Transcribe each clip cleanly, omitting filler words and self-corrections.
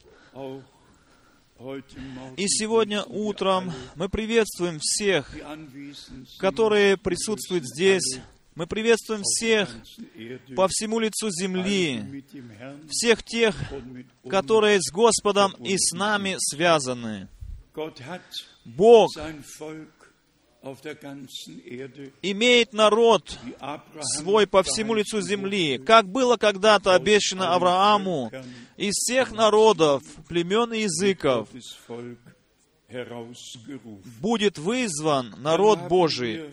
И сегодня утром мы приветствуем всех, которые присутствуют здесь. Мы приветствуем всех по всему лицу земли, всех тех, которые с Господом и с нами связаны. Бог имеет народ свой по всему лицу земли, как было когда-то обещано Аврааму, из всех народов, племен и языков будет вызван народ Божий.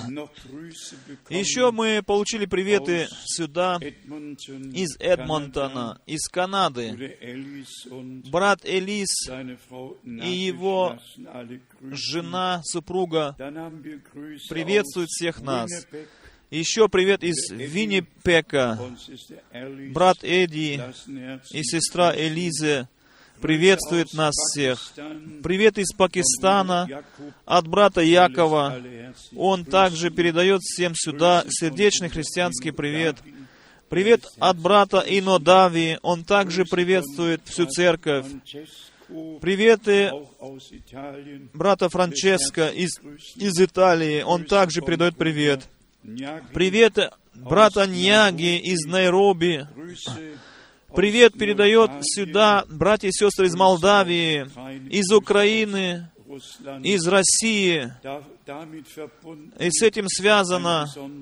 Еще мы получили приветы сюда из Эдмонтона, из Канады. Брат Элис и его жена, супруга приветствуют всех нас. Еще привет из Виннипека. Брат Эдди и сестра Элиза приветствует нас всех. Привет из Пакистана от брата Якова. Он также передает всем сюда сердечный христианский привет. Привет от брата Инодави. Он также приветствует всю церковь. Приветы брата Франческо из Италии. Он также передает привет. Привет брата Ньяги из Найроби. Привет передает сюда братья и сестры из Молдавии, из Украины, из России. И с этим связана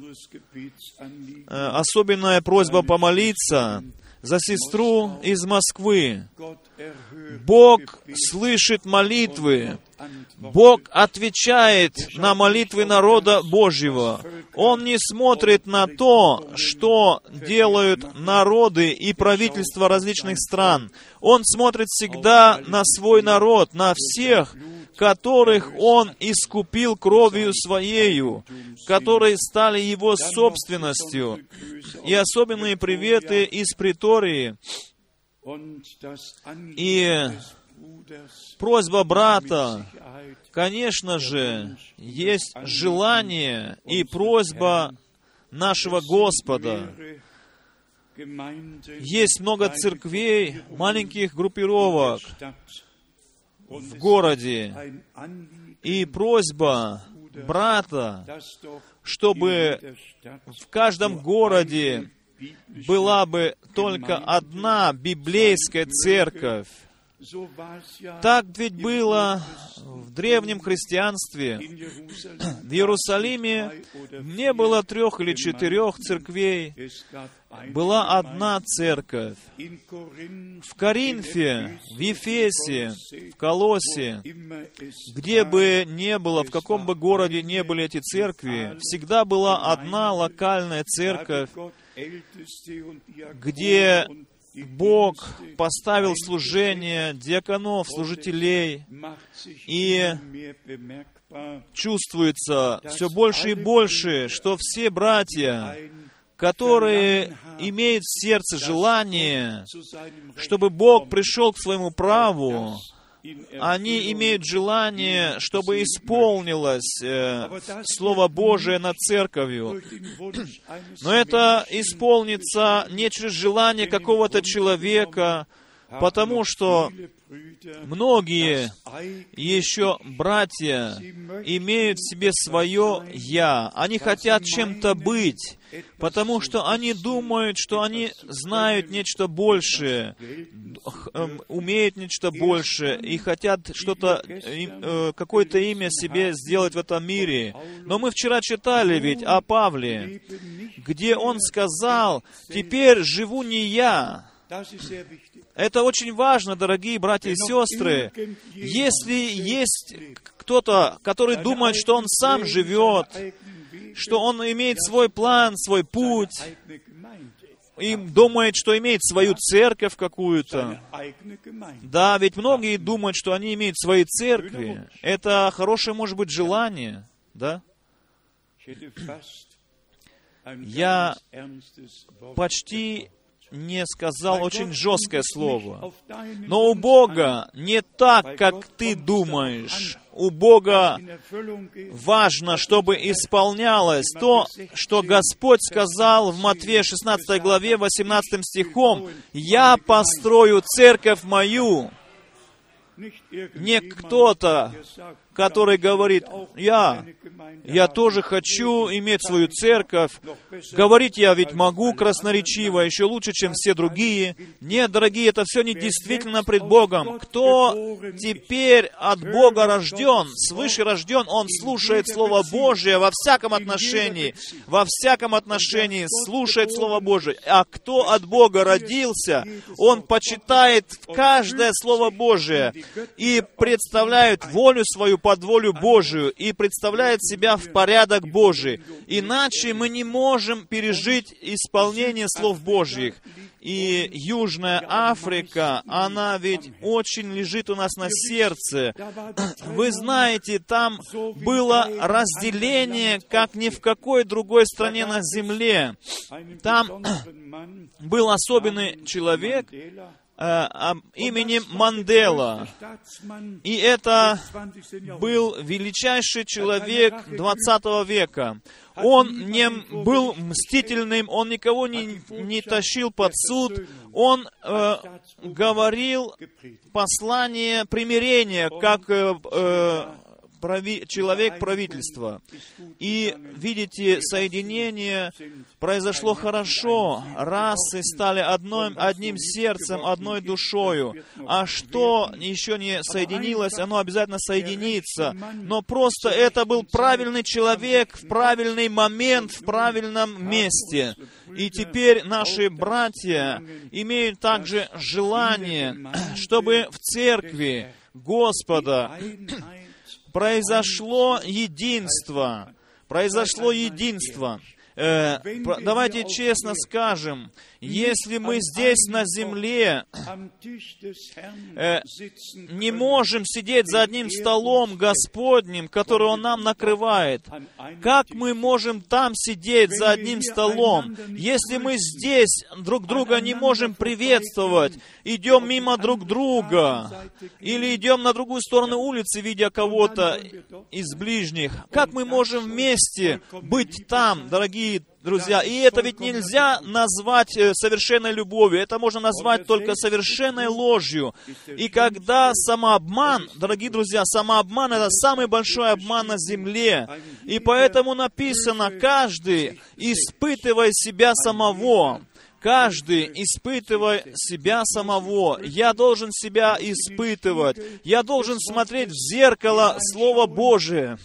особенная просьба помолиться за сестру из Москвы. Бог слышит молитвы. Бог отвечает на молитвы народа Божьего. Он не смотрит на то, что делают народы и правительства различных стран. Он смотрит всегда на свой народ, на всех, которых Он искупил кровью Своею, которые стали Его собственностью. И особенные приветы из Претории. И просьба брата, конечно же, есть желание и просьба нашего Господа. Есть много церквей, маленьких группировок в городе. И просьба брата, чтобы в каждом городе была бы только одна библейская церковь. Так ведь было в древнем христианстве. В Иерусалиме не было 3 или 4 церквей. Была одна церковь. В Коринфе, в Ефесе, в Колоссе, где бы не было, в каком бы городе не были эти церкви, всегда была одна локальная церковь, где Бог поставил служение диаконов, служителей, и чувствуется все больше и больше, что все братья, которые имеют в сердце желание, чтобы Бог пришел к своему праву, они имеют желание, чтобы исполнилось Слово Божие над церковью. Но это исполнится не через желание какого-то человека, потому что многие еще братья имеют в себе свое «я». Они хотят чем-то быть, потому что они думают, что они знают нечто большее, умеют нечто большее и хотят что-то, какое-то имя себе сделать в этом мире. Но мы вчера читали ведь о Павле, где он сказал: «Теперь живу не я». Это очень важно, дорогие братья и сестры. Если есть кто-то, который думает, что он сам живет, что он имеет свой план, свой путь, и думает, что имеет свою церковь какую-то. Да, ведь многие думают, что они имеют свои церкви. Это хорошее, может быть, желание, да? Я почти не сказал очень жесткое слово. Но у Бога не так, как ты думаешь. у Бога важно, чтобы исполнялось то, что Господь сказал в Матфея 16 главе 18 стихом: «Я построю церковь мою». Не кто-то, который говорит: я тоже хочу иметь свою церковь. Говорить я ведь могу красноречиво, еще лучше, чем все другие. Нет, дорогие, это все не действительно пред Богом. Кто теперь от Бога рожден, свыше рожден, он слушает Слово Божие во всяком отношении слушает Слово Божие. А кто от Бога родился, он почитает каждое Слово Божие и представляет волю свою под волю Божию, и представляет себя в порядок Божий. Иначе мы не можем пережить исполнение слов Божьих. И Южная Африка, она ведь очень лежит у нас на сердце. Вы знаете, там было разделение, как ни в какой другой стране на земле. Там был особенный человек именем Мандела. И это был величайший человек 20 века. Он не был мстительным, он никого не тащил под суд. Он говорил послание примирения, как человек правительства. И, видите, соединение произошло хорошо. Расы стали одним сердцем, одной душою. А что еще не соединилось, оно обязательно соединится. Но просто это был правильный человек в правильный момент, в правильном месте. И теперь наши братья имеют также желание, чтобы в церкви Господа произошло единство. Давайте честно скажем, если мы здесь на земле не можем сидеть за одним столом Господним, который Он нам накрывает, как мы можем там сидеть за одним столом, если мы здесь друг друга не можем приветствовать, идем мимо друг друга, или идем на другую сторону улицы, видя кого-то из ближних? Как мы можем вместе быть там, дорогие друзья? И это ведь нельзя назвать совершенной любовью, это можно назвать только совершенной ложью. И когда самообман, дорогие друзья, самообман — это самый большой обман на земле. И поэтому написано: каждый испытывай себя самого. Каждый испытывай себя самого. Я должен себя испытывать. Я должен смотреть в зеркало Слова Божие.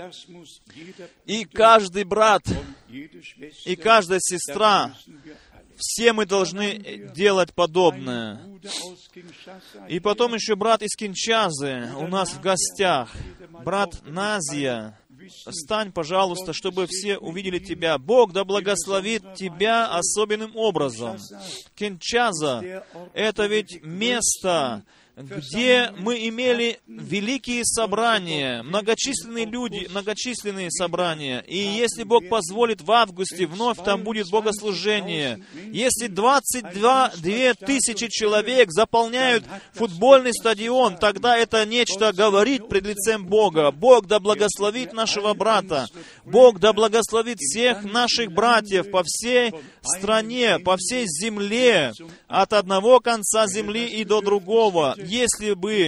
И каждый брат, и каждая сестра, все мы должны делать подобное. И потом еще брат из Киншасы у нас в гостях. Брат Назия. Встань, пожалуйста, чтобы все увидели тебя. Бог да благословит тебя особенным образом. Киншаса — это ведь место, где мы имели великие собрания, многочисленные собрания. И если Бог позволит, в августе вновь там будет богослужение. Если 22 тысячи человек заполняют футбольный стадион, тогда это нечто говорит пред лицем Бога. Бог да благословит нашего брата. Бог да благословит всех наших братьев по всей стране, по всей земле, от одного конца земли и до другого. Если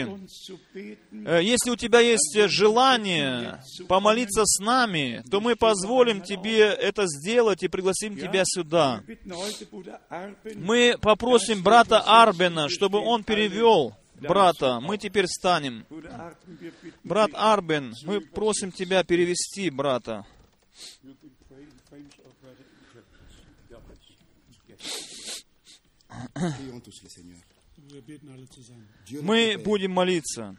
у тебя есть желание помолиться с нами, то мы позволим тебе это сделать и пригласим тебя сюда. Мы попросим брата Арбена, чтобы он перевел брата. Мы теперь встанем. Брат Арбен, мы просим тебя перевести брата. Мы будем молиться.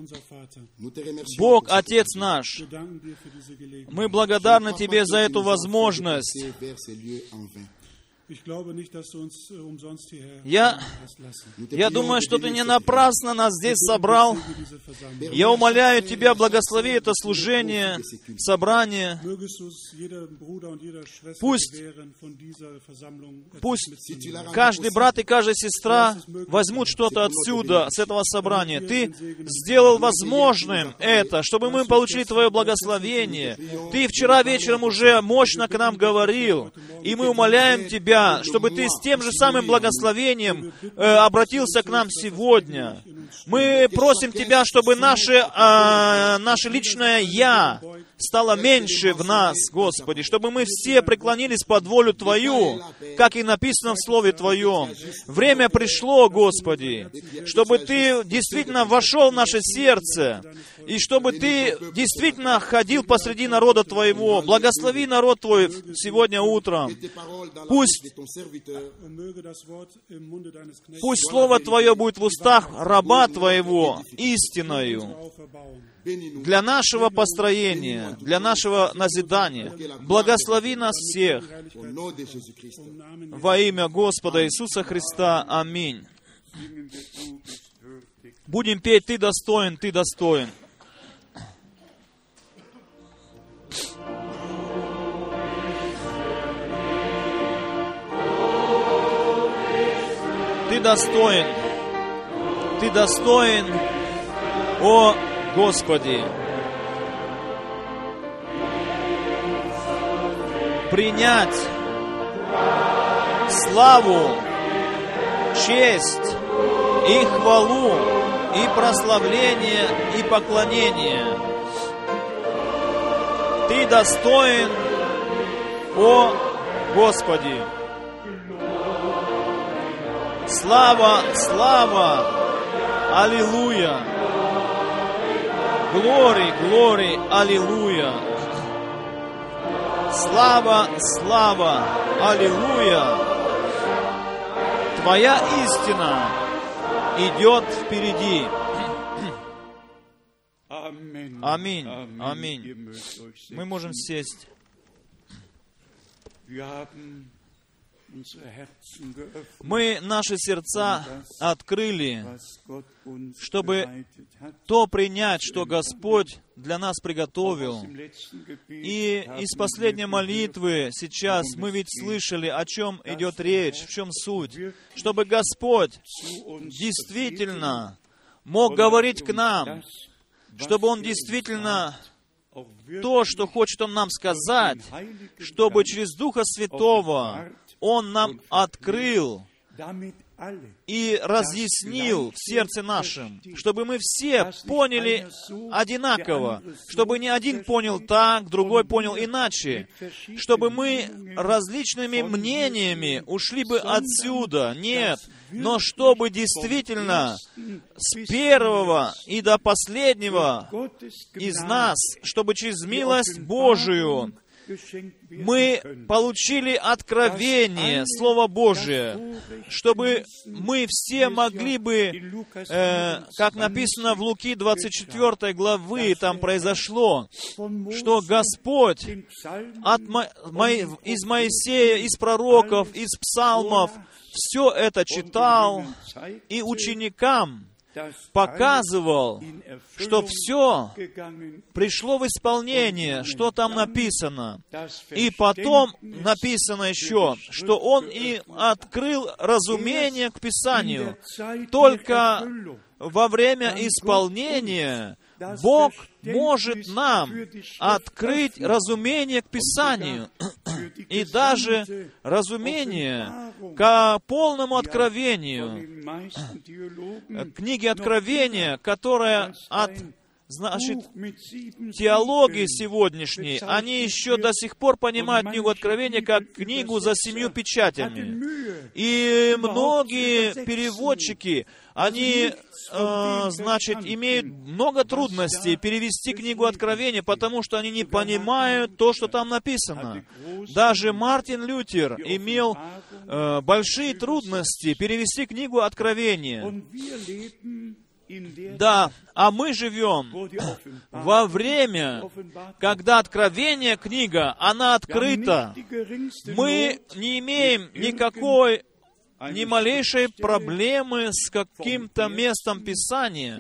Бог, Отец наш, мы благодарны Тебе за эту возможность Я думаю, что Ты не напрасно нас здесь собрал. Я умоляю Тебя, благослови это служение, собрание. Пусть каждый брат и каждая сестра возьмут что-то отсюда, с этого собрания. Ты сделал возможным это, чтобы мы получили Твое благословение. Ты вчера вечером уже мощно к нам говорил, и мы умоляем Тебя, чтобы Ты с тем же самым благословением обратился к нам сегодня. Мы просим Тебя, чтобы наше личное «я» стало меньше в нас, Господи, чтобы мы все преклонились под волю Твою, как и написано в Слове Твоем. Время пришло, Господи, чтобы Ты действительно вошел в наше сердце, и чтобы Ты действительно ходил посреди народа Твоего. Благослови народ Твой сегодня утром. Пусть Слово Твое будет в устах раба Твоего истинною для нашего построения, для нашего назидания. Благослови нас всех во имя Господа Иисуса Христа. Аминь. Будем петь «Ты достоин, Ты достоин». Ты достоин, Ты достоин, о Господи, принять славу, честь и хвалу, и прославление, и поклонение. Ты достоин, о Господи. Слава, слава, аллилуйя. Глори, глори, аллилуйя. Слава, слава, аллилуйя. Твоя истина идет впереди. Аминь, аминь. Мы можем сесть. Мы наши сердца открыли, чтобы то принять, что Господь для нас приготовил. И из последней молитвы сейчас мы ведь слышали, о чем идет речь, в чем суть. Чтобы Господь действительно мог говорить к нам, чтобы Он действительно то, что хочет Он нам сказать, чтобы через Духа Святого Он нам открыл и разъяснил в сердце нашем, чтобы мы все поняли одинаково, чтобы не один понял так, другой понял иначе, чтобы мы различными мнениями ушли бы отсюда. Нет, но чтобы действительно с первого и до последнего из нас, чтобы через милость Божию мы получили откровение, Слово Божие, чтобы мы все могли бы, как написано в Луки 24 главы, там произошло, что Господь из Моисея, из пророков, из псалмов все это читал и ученикам показывал, что все пришло в исполнение, что там написано. И потом написано еще, что Он и открыл разумение к Писанию. Только во время исполнения Бог может нам открыть разумение к Писанию и даже разумение к полному откровению. Книги Откровения, которая значит, теологии сегодняшней, они еще до сих пор понимают книгу Откровения как книгу за 7 печатями. И многие переводчики, они, значит, имеют много трудностей перевести книгу Откровения, потому что они не понимают то, что там написано. Даже Мартин Лютер имел большие трудности перевести книгу Откровения. Да, а мы живем во время, когда Откровение книга, она открыта. Мы не имеем никакой, ни малейшей проблемы с каким-то местом Писания,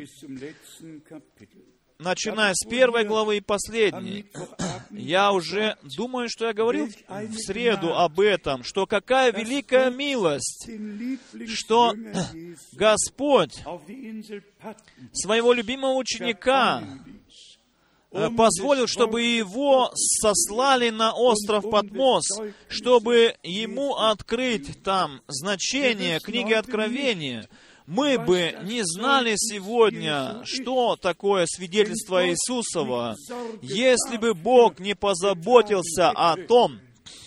начиная с 1 главы и последней. Я уже думаю, что я говорил в среду об этом, что какая великая милость, что Господь своего любимого ученика позволил, чтобы его сослали на остров Патмос, чтобы ему открыть там значение книги Откровения. Мы бы не знали сегодня, что такое свидетельство Иисусова, если бы Бог не позаботился о том,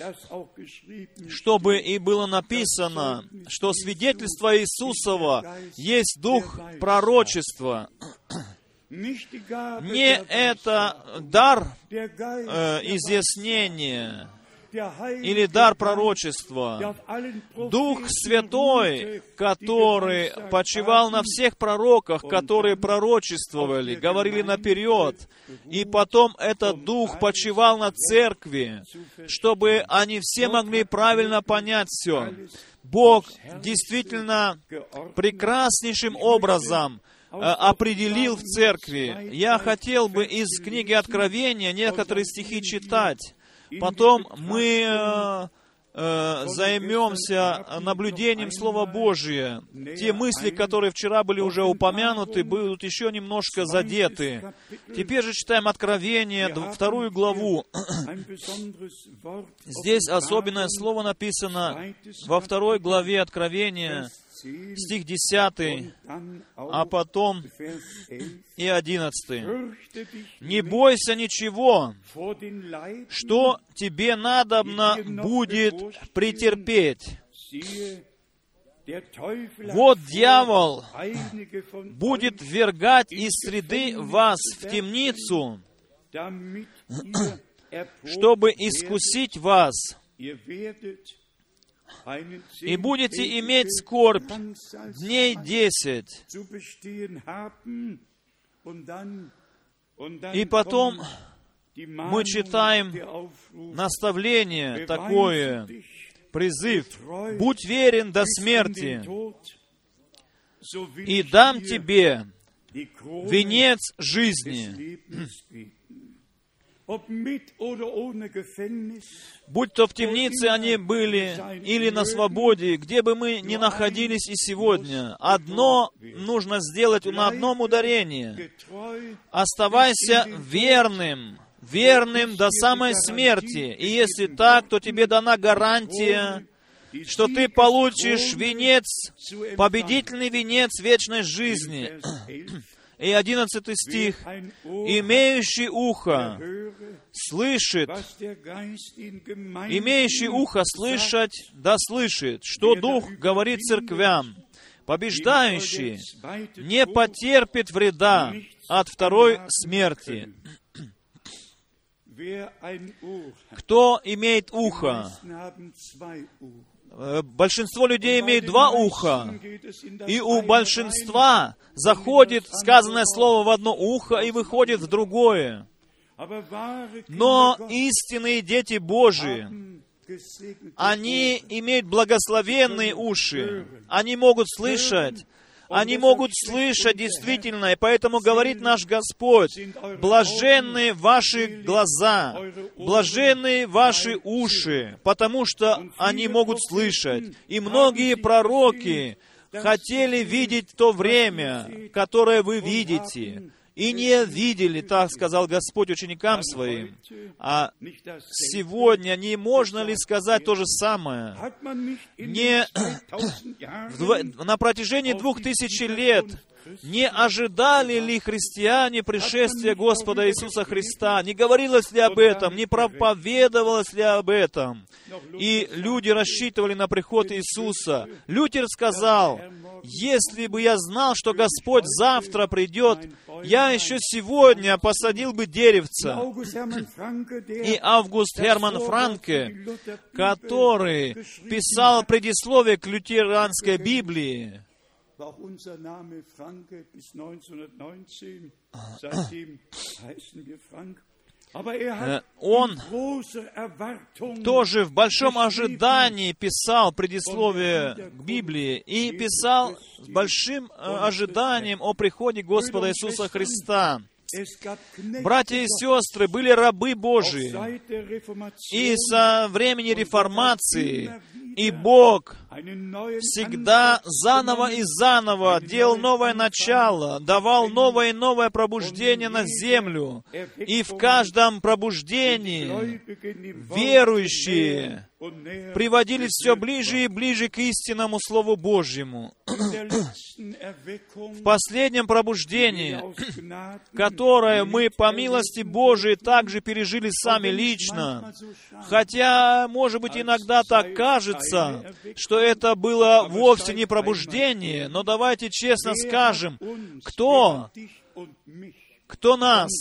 чтобы и было написано, что свидетельство Иисусова есть дух пророчества. Не это дар изъяснения или дар пророчества. Дух Святой, который почивал на всех пророках, которые пророчествовали, говорили наперед, и потом этот Дух почивал на церкви, чтобы они все могли правильно понять все. Бог действительно прекраснейшим образом определил в церкви. Я хотел бы из книги Откровения некоторые стихи читать. Потом мы займемся наблюдением Слова Божия. Те мысли, которые вчера были уже упомянуты, будут еще немножко задеты. Теперь же читаем Откровение, 2 главу. Здесь особенное слово написано во 2 главе Откровения, стих 10, а потом и 11. «Не бойся ничего, что тебе надобно будет претерпеть. Вот дьявол будет ввергать из среды вас в темницу, чтобы искусить вас, и будете иметь скорбь дней 10. И потом мы читаем наставление такое, призыв: «Будь верен до смерти, и дам тебе венец жизни». Будь то в темнице они были, или на свободе, где бы мы ни находились и сегодня, одно нужно сделать на одном ударении. Оставайся верным, верным до самой смерти. И если так, то тебе дана гарантия, что ты получишь венец, победительный венец вечной жизни. И 11 стих. «Имеющий ухо слышит, имеющий ухо слышать, да слышит, что Дух говорит церквям. Побеждающий не потерпит вреда от второй смерти». Кто имеет ухо? Большинство людей имеет 2 уха, и у большинства заходит сказанное слово в одно ухо и выходит в другое. Но истинные дети Божии, они имеют благословенные уши, они могут слышать действительно, и поэтому говорит наш Господь: «Блаженны ваши глаза, блаженны ваши уши, потому что они могут слышать». И многие пророки хотели видеть то время, которое вы видите, и не видели, так сказал Господь ученикам Своим. А сегодня не можно ли сказать то же самое? На протяжении 2000 лет не ожидали ли христиане пришествия Господа Иисуса Христа? Не говорилось ли об этом? Не проповедовалось ли об этом? И люди рассчитывали на приход Иисуса. Лютер сказал: «Если бы я знал, что Господь завтра придет, я еще сегодня посадил бы деревце». И Август Герман Франке, который писал предисловие к лютеранской Библии, Он тоже в большом ожидании писал предисловие к Библии и писал с большим ожиданием о приходе Господа Иисуса Христа. Братья и сестры были рабы Божии. И со времени Реформации и Бог всегда заново и заново делал новое начало, давал новое и новое пробуждение на землю. И в каждом пробуждении верующие приводились все ближе и ближе к истинному Слову Божьему. В последнем пробуждении, которое мы по милости Божией также пережили сами лично, хотя, может быть, иногда так кажется, что это было вовсе не пробуждение, но давайте честно скажем, кто нас,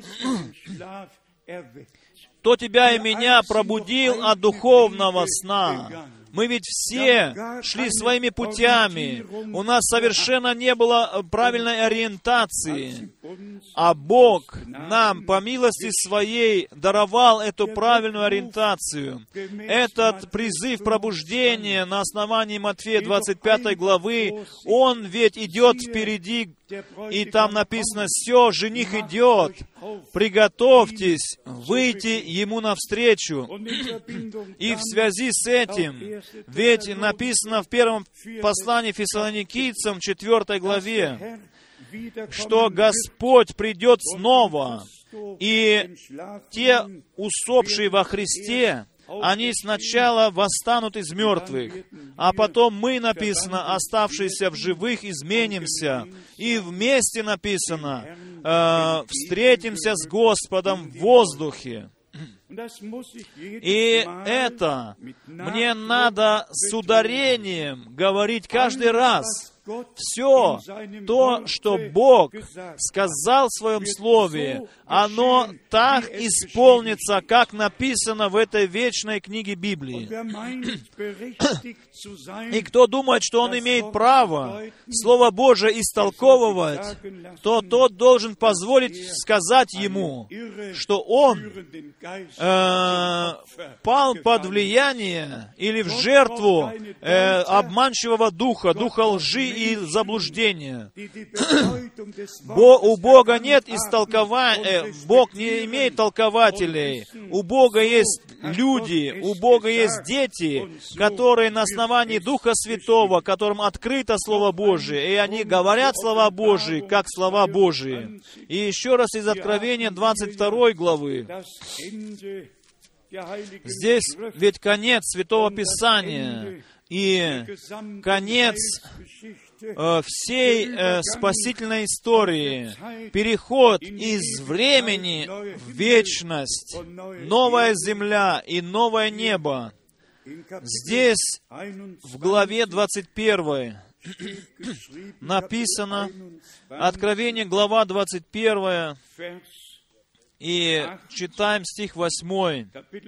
кто тебя и меня пробудил от духовного сна? Мы ведь все шли своими путями. У нас совершенно не было правильной ориентации. А Бог нам, по милости Своей, даровал эту правильную ориентацию. Этот призыв пробуждения на основании Матфея 25 главы, он ведь идет впереди, и там написано: «Все, жених идет, приготовьтесь выйти ему навстречу». И в связи с этим, ведь написано в первом послании Фессалоникийцам, 4 главе, что Господь придет снова, и те усопшие во Христе, они сначала восстанут из мертвых, а потом мы, написано, оставшиеся в живых, изменимся, и вместе, написано, встретимся с Господом в воздухе. И это мне надо с ударением говорить каждый раз. Все то, что Бог сказал в Своем Слове, оно так исполнится, как написано в этой вечной книге Библии. И кто думает, что он имеет право Слово Божие истолковывать, то тот должен позволить сказать ему, что он пал под влияние или в жертву обманчивого духа, духа лжи и заблуждения. У Бога нет истолкования, Бог не имеет толкователей. У Бога есть люди, у Бога есть дети, которые на основании Духа Святого, которым открыто Слово Божие, и они говорят слова Божии, как слова Божии. И еще раз из Откровения 22 главы. Здесь ведь конец Святого Писания и конец всей спасительной истории, переход из времени в вечность, новая земля и новое небо. Здесь, в главе 21, написано, Откровение, глава 21, и читаем стих 8.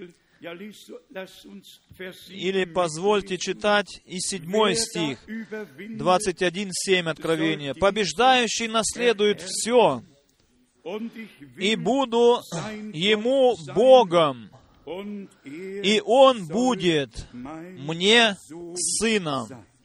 Или позвольте читать и 7 стих, 21:7 Откровения. «Побеждающий наследует все, и буду ему Богом, и он будет мне сыном».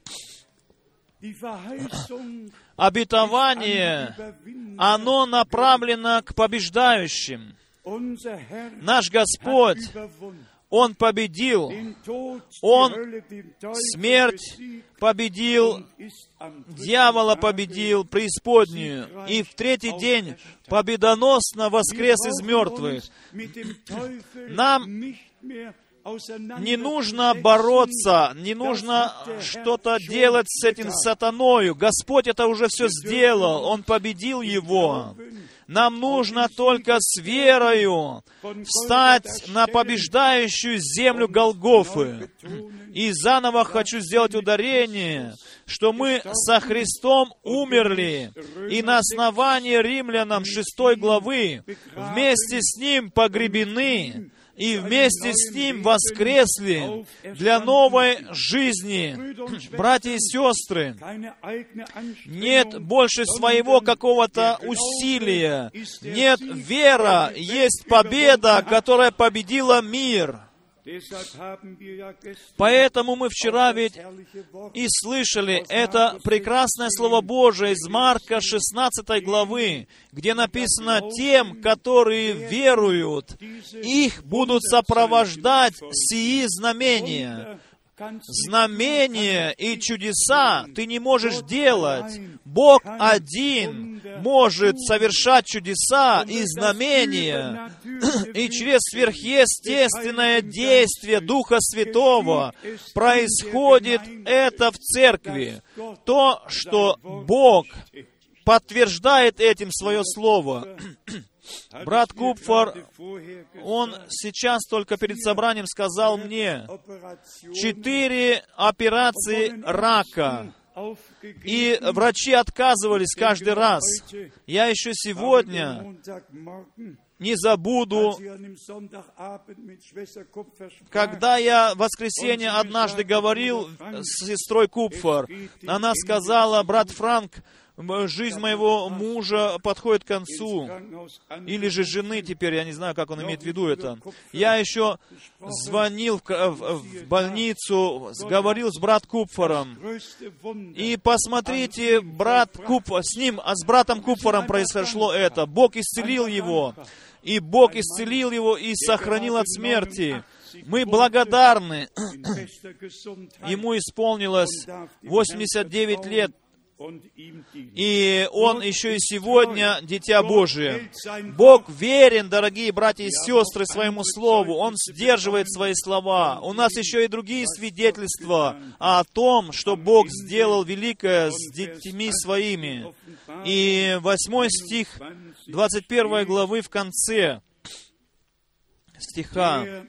Обетование, оно направлено к побеждающим. Наш Господь, Он победил. Он смерть победил, дьявола победил, преисподнюю. И в третий день победоносно воскрес из мертвых. Нам не нужно бороться, не нужно что-то делать с этим сатаною. Господь это уже все сделал, Он победил его. Нам нужно только с верою встать на побеждающую землю Голгофы. И заново хочу сделать ударение, что мы со Христом умерли, и на основании Римлянам 6 главы вместе с Ним погребены и вместе с Ним воскресли для новой жизни. Братья и сестры, нет больше своего какого-то усилия. Нет, вера есть победа, которая победила мир. Поэтому мы вчера ведь и слышали это прекрасное Слово Божие из Марка 16 главы, где написано: «Тем, которые веруют, их будут сопровождать сии знамения». Знамения и чудеса ты не можешь делать. Бог один может совершать чудеса и знамения. И через сверхъестественное действие Духа Святого происходит это в церкви. То, что Бог подтверждает этим свое Слово. Брат Купфер, он сейчас только перед собранием сказал мне: 4 операции рака. И врачи отказывались каждый раз. Я еще сегодня не забуду, когда я в воскресенье однажды говорил с сестрой Купфер. Она сказала: брат Франк, жизнь моего мужа подходит к концу. Или же жены теперь, я не знаю, как он имеет в виду это. Я еще звонил в больницу, говорил с брат Купфером. И посмотрите, брат Купфер, с братом Купфером произошло это. Бог исцелил его. И Бог исцелил его и сохранил от смерти. Мы благодарны. Ему исполнилось 89 лет. И он еще и сегодня Дитя Божие. Бог верен, дорогие братья и сестры, своему Слову. Он сдерживает свои слова. У нас еще и другие свидетельства о том, что Бог сделал великое с детьми своими. И 8 стих 21 главы в конце стиха.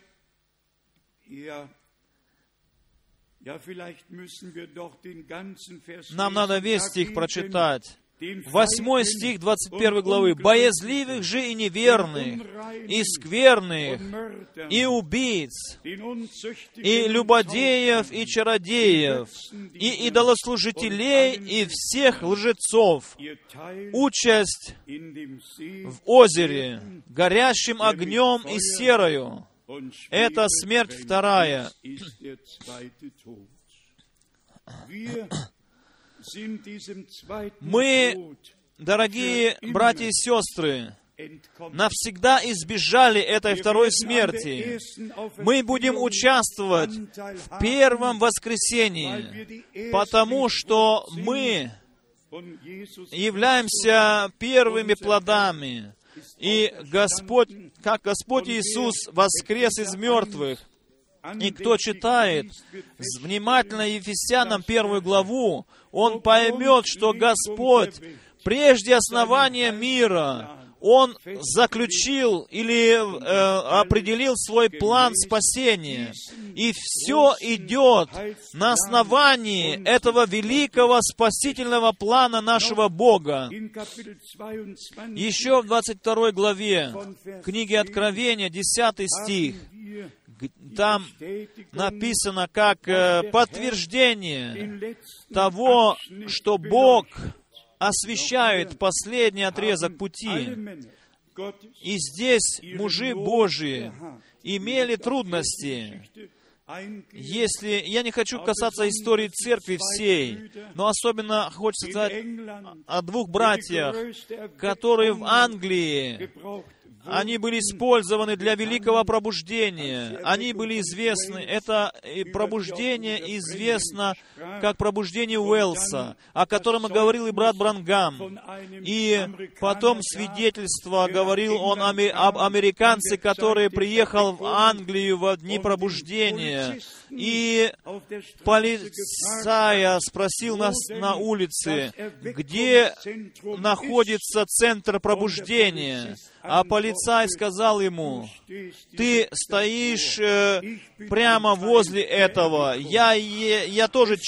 Нам надо весь стих прочитать. 8 стих 21 главы. «Боязливых же и неверных, и скверных, и убийц, и любодеев, и чародеев, и идолослужителей, и всех лжецов, участь в озере, горящим огнем и серою». Это смерть вторая. Мы, дорогие братья и сестры, навсегда избежали этой второй смерти. Мы будем участвовать в первом воскресении, потому что мы являемся первыми плодами. И Господь, как Господь Иисус воскрес из мертвых, и кто читает внимательно Ефесянам 1 главу, он поймет, что Господь прежде основания мира, Он заключил или определил свой план спасения. И все идет на основании этого великого спасительного плана нашего Бога. Еще в 22 главе книги Откровения, 10 стих, там написано как подтверждение того, что Бог освещает последний отрезок пути. И здесь мужи Божии имели трудности. Если я не хочу касаться истории церкви всей, но особенно хочется сказать о 2 братьях, которые в Англии, они были использованы для великого пробуждения. Они были известны. Это пробуждение известно как пробуждение Уэлса, о котором говорил и брат Бранхам. И потом свидетельство говорил он об американце, который приехал в Англию во дни пробуждения. И полицая спросил нас на улице, где находится центр пробуждения. А полицай сказал ему: «Ты стоишь прямо возле этого. Я тоже часть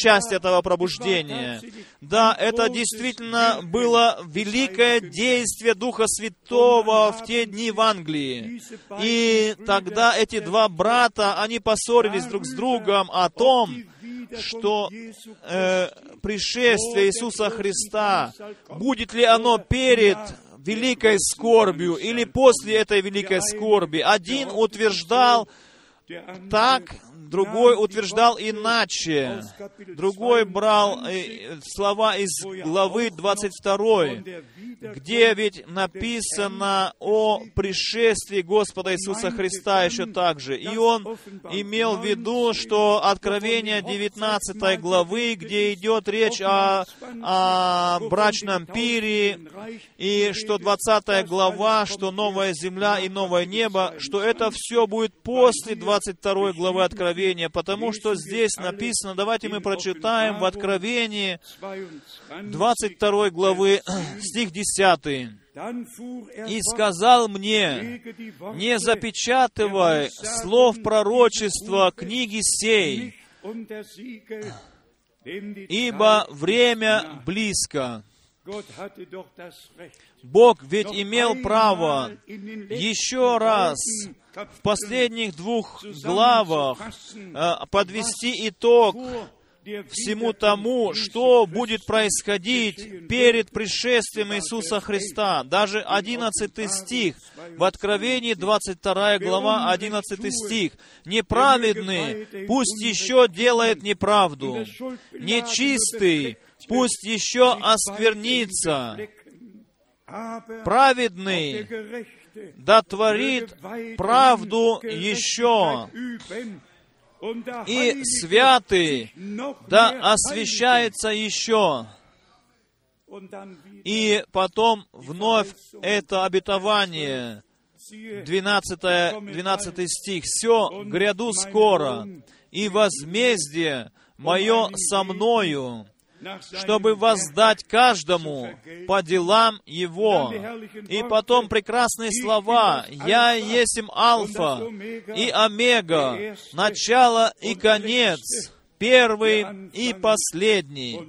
часть этого пробуждения. Да, это действительно было великое действие Духа Святого в те дни в Англии. И тогда эти два брата, они поссорились друг с другом о том, что пришествие Иисуса Христа, будет ли оно перед великой скорбью или после этой великой скорби. Один утверждал так, другой утверждал иначе. Другой брал слова из главы 22, где ведь написано о пришествии Господа Иисуса Христа еще так же. И он имел в виду, что Откровение 19 главы, где идет речь о брачном пире, и что 20 глава, что новая земля и новое небо, что это все будет после 22 главы Откровения, потому что здесь написано, давайте мы прочитаем в Откровении 22 главы, стих 10. «И сказал мне, не запечатывай слов пророчества книги сей, ибо время близко». Бог ведь имел право еще раз в последних двух главах подвести итог всему тому, что будет происходить перед пришествием Иисуса Христа. Даже 11 стих, в Откровении 22 глава, 11 стих. «Неправедный пусть еще делает неправду, нечистый пусть еще осквернится, праведный да творит правду еще, и святый да освящается еще». И потом вновь это обетование, 12 стих. «Все гряду скоро, и возмездие мое со мною, чтобы воздать каждому по делам его». И потом прекрасные слова: «Я есмь Алфа и Омега, начало и конец, первый и последний».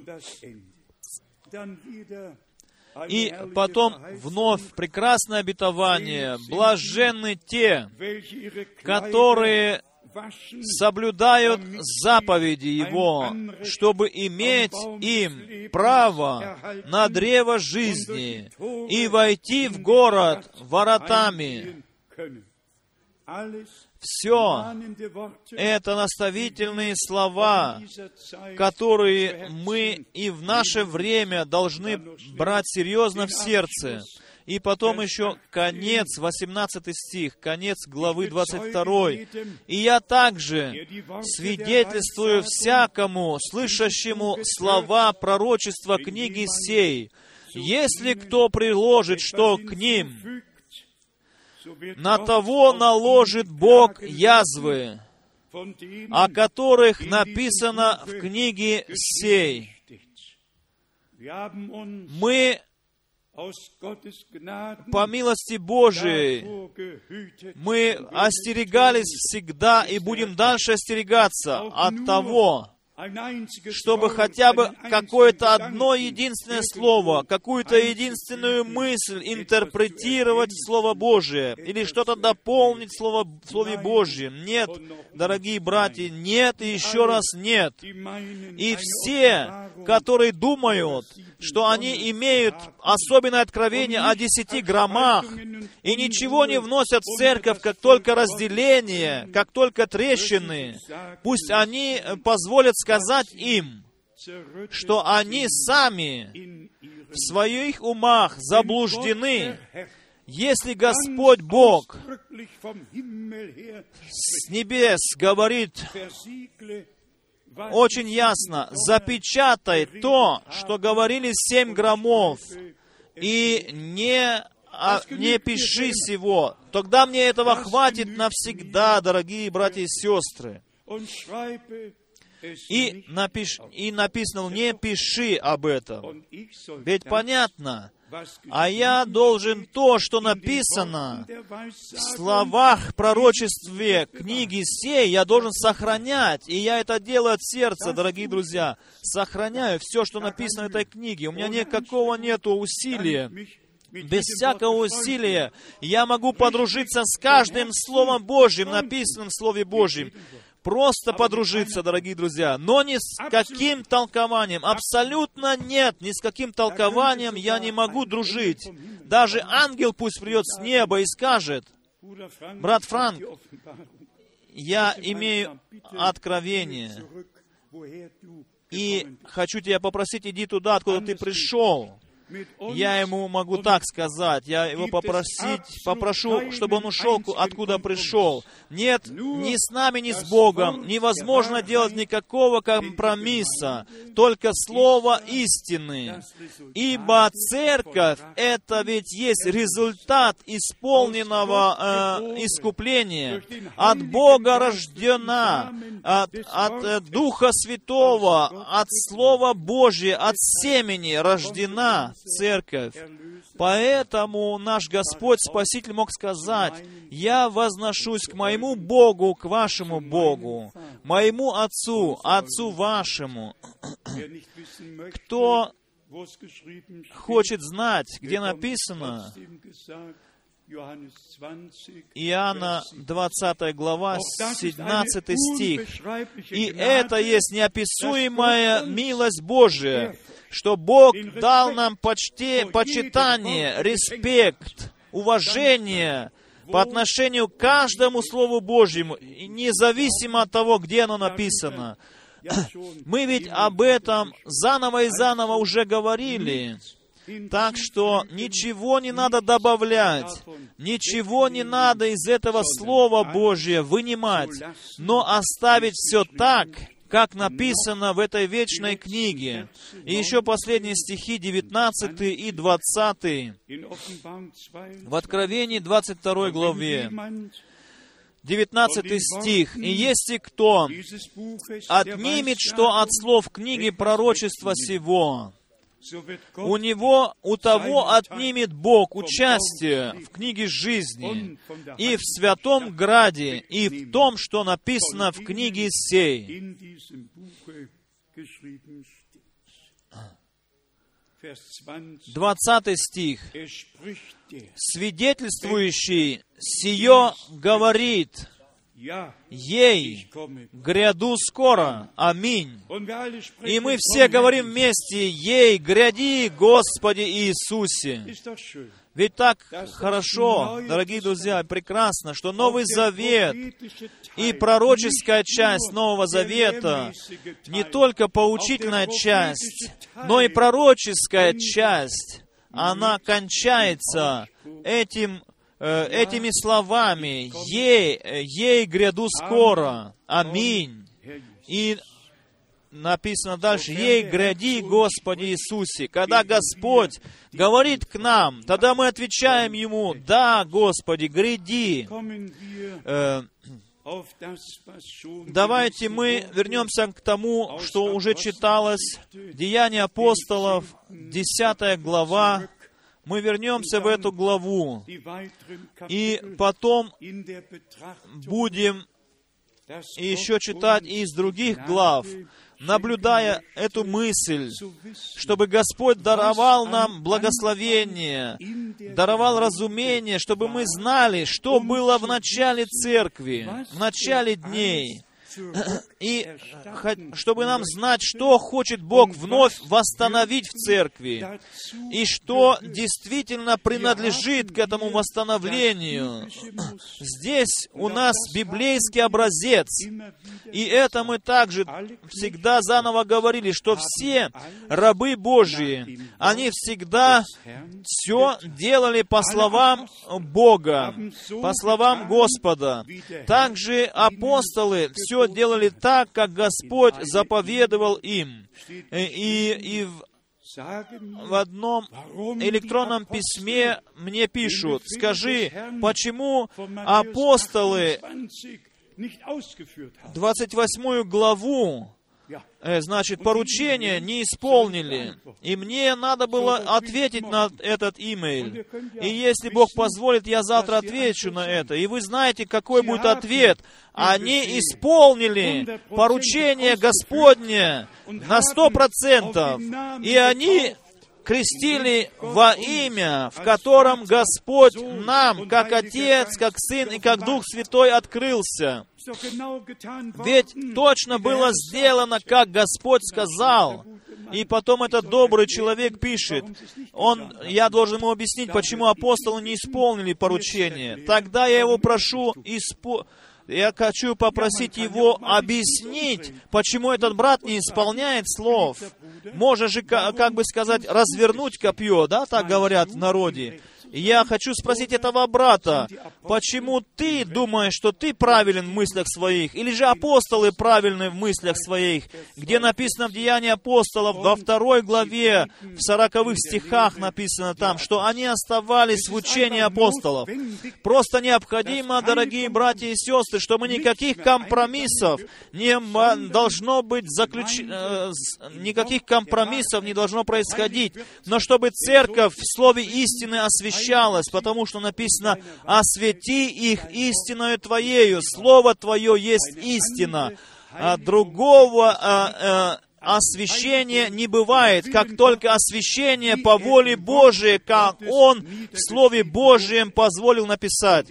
И потом вновь прекрасное обетование: «Блаженны те, которые соблюдают заповеди Его, чтобы иметь им право на древо жизни и войти в город воротами». Все это наставительные слова, которые мы и в наше время должны брать серьезно в сердце. И потом еще конец, 18 стих, конец главы 22. «И я также свидетельствую всякому, слышащему слова пророчества книги сей, если кто приложит что к ним, на того наложит Бог язвы, о которых написано в книге сей». Мы по милости Божией, мы остерегались всегда и будем дальше остерегаться от того, чтобы хотя бы какое-то одно единственное слово, какую-то единственную мысль интерпретировать в Слово Божие, или что-то дополнить в Слове Божьем. Нет, дорогие братья, нет и еще раз нет. И все, которые думают, что они имеют особенное откровение о 10 громах, и ничего не вносят в церковь, как только разделение, как только трещины, пусть они позволят сказать им, что они сами в своих умах заблуждены, если Господь Бог с небес говорит очень ясно: «Запечатай то, что говорили 7 громов, и не пиши сего», тогда мне этого хватит навсегда, дорогие братья и сестры. И написано: «Не пиши об этом». Ведь понятно, а я должен то, что написано в словах пророчестве книги сей, я должен сохранять. И я это делаю от сердца, дорогие друзья. Сохраняю все, что написано в этой книге. У меня никакого нету усилия. Без всякого усилия я могу подружиться с каждым Словом Божьим, написанным в Слове Божьем. Просто подружиться, дорогие друзья, но ни с каким толкованием, абсолютно нет, ни с каким толкованием я не могу дружить. Даже ангел пусть придет с неба и скажет: брат Франк, я имею откровение, и хочу тебя попросить, иди туда, откуда ты пришел. Я ему могу так сказать, я его попрошу, чтобы он ушел, откуда пришел. Нет, ни с нами, ни с Богом невозможно делать никакого компромисса, только слово истины. Ибо церковь — это ведь есть результат исполненного искупления. От Бога рождена, от Духа Святого, от Слова Божия, от семени рождена церковь. Поэтому наш Господь Спаситель мог сказать: «Я возношусь к моему Богу, к вашему Богу, моему Отцу, Отцу вашему». Кто хочет знать, где написано, Иоанна 20 глава, 17 стих. «И это есть неописуемая милость Божия, что Бог дал нам почитание, респект, уважение по отношению к каждому Слову Божьему, независимо от того, где оно написано». Мы ведь об этом заново и заново уже говорили. Так что ничего не надо добавлять, ничего не надо из этого Слова Божия вынимать, но оставить все так, как написано в этой вечной книге. И еще последние стихи, 19 и 20. В Откровении 22 главе, 19 стих. «И если кто отнимет что от слов книги пророчества сего, у того отнимет Бог участие в книге жизни и в святом граде, и в том, что написано в книге сей». 20 стих. «Свидетельствующий сие говорит: ей гряду скоро. Аминь». И мы все говорим вместе: «Ей гряди, Господи Иисусе». Ведь так хорошо, дорогие друзья, прекрасно, что Новый Завет и пророческая часть Нового Завета, не только поучительная часть, но и пророческая часть, она кончается этими словами: «Ей гряду скоро». Аминь. И написано дальше: «Ей гряди, Господи Иисусе». Когда Господь говорит к нам, тогда мы отвечаем Ему: «Да, Господи, гряди». Давайте мы вернемся к тому, что уже читалось, Деяния апостолов, 10 глава. Мы вернемся в эту главу, и потом будем еще читать из других глав, наблюдая эту мысль, чтобы Господь даровал нам благословение, даровал разумение, чтобы мы знали, что было в начале церкви, в начале дней, и чтобы нам знать, что хочет Бог вновь восстановить в церкви, и что действительно принадлежит к этому восстановлению. Здесь у нас библейский образец, и это мы также всегда заново говорили, что все рабы Божьи, они всегда все делали по словам Бога, по словам Господа. Также апостолы все делали так, как Господь заповедовал им. И в одном электронном письме мне пишут: «Скажи, почему апостолы 28 главу поручение не исполнили. И мне надо было ответить на этот имейл. И если Бог позволит, я завтра отвечу на это. И вы знаете, какой будет ответ. Они исполнили поручение Господне на 100%. И они крестили во имя, в котором Господь нам, как Отец, как Сын и как Дух Святой открылся. Ведь точно было сделано, как Господь сказал. И потом этот добрый человек пишет, я должен ему объяснить, почему апостолы не исполнили поручение. Тогда я его прошу я хочу попросить его объяснить, почему этот брат не исполняет слов. Можно же, как бы сказать, развернуть копье, да, так говорят в народе. Я хочу спросить этого брата, почему ты думаешь, что ты правилен в мыслях своих, или же апостолы правильны в мыслях своих, где написано в Деянии апостолов, во 2 главе, в 40 стихах написано там, что они оставались в учении апостолов. Просто необходимо, дорогие братья и сестры, чтобы никаких компромиссов не должно быть никаких компромиссов не должно происходить, но чтобы церковь в слове истины освящалась, потому что написано: «Освети их истиною Твоею». Слово Твое есть истина. Другого освящения не бывает, как только освящение по воле Божией, как Он в Слове Божьем позволил написать.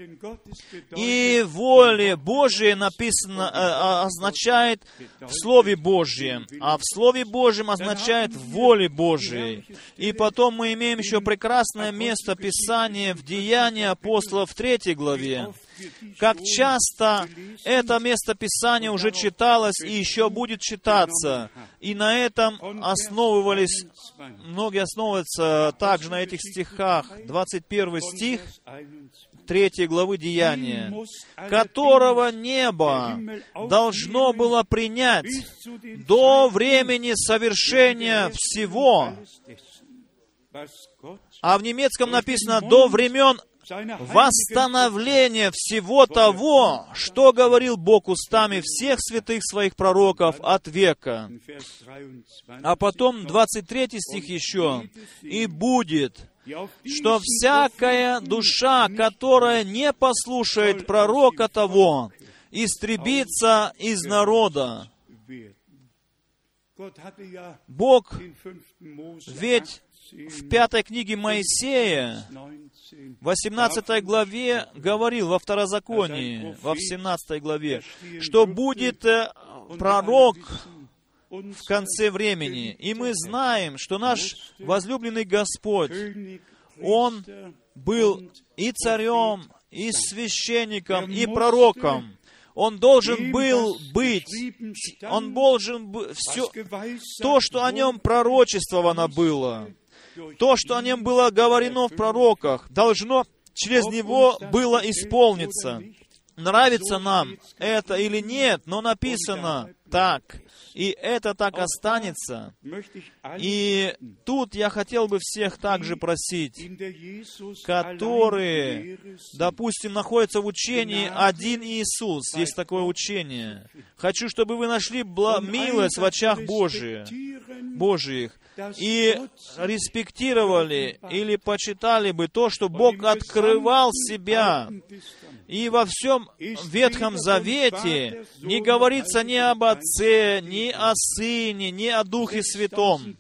И воле Божией написано, означает в Слове Божьем, а в Слове Божьем означает в воле Божией. И потом мы имеем еще прекрасное место Писания в Деянии апостолов в 3 главе. Как часто это место Писания уже читалось и еще будет читаться. И на этом многие основываются также на этих стихах. 21 стих 3 главы Деяния, которого небо должно было принять до времени совершения всего. А в немецком написано «до времен восстановление всего того, что говорил Бог устами всех святых своих пророков от века». А потом 23 стих еще. «И будет, что всякая душа, которая не послушает пророка того, истребится из народа». Бог ведь в 5 книге Моисея, в 18 главе говорил, во Второзаконии, во 17 главе, что будет пророк в конце времени. И мы знаем, что наш возлюбленный Господь, Он был и царем, и священником, и пророком. Он должен был быть, он должен был все, то, что о нем пророчествовано было, то, что о нем было говорено в пророках, должно через него было исполниться. Нравится нам это или нет, но написано так, и это так останется. И тут я хотел бы всех также просить, которые, допустим, находятся в учении один Иисус, есть такое учение. Хочу, чтобы вы нашли милость в очах Божьих, и респектировали или почитали бы то, что Бог открывал себя. И во всем Ветхом Завете не говорится ни об Отце, ни о Сыне, ни о Духе Святом.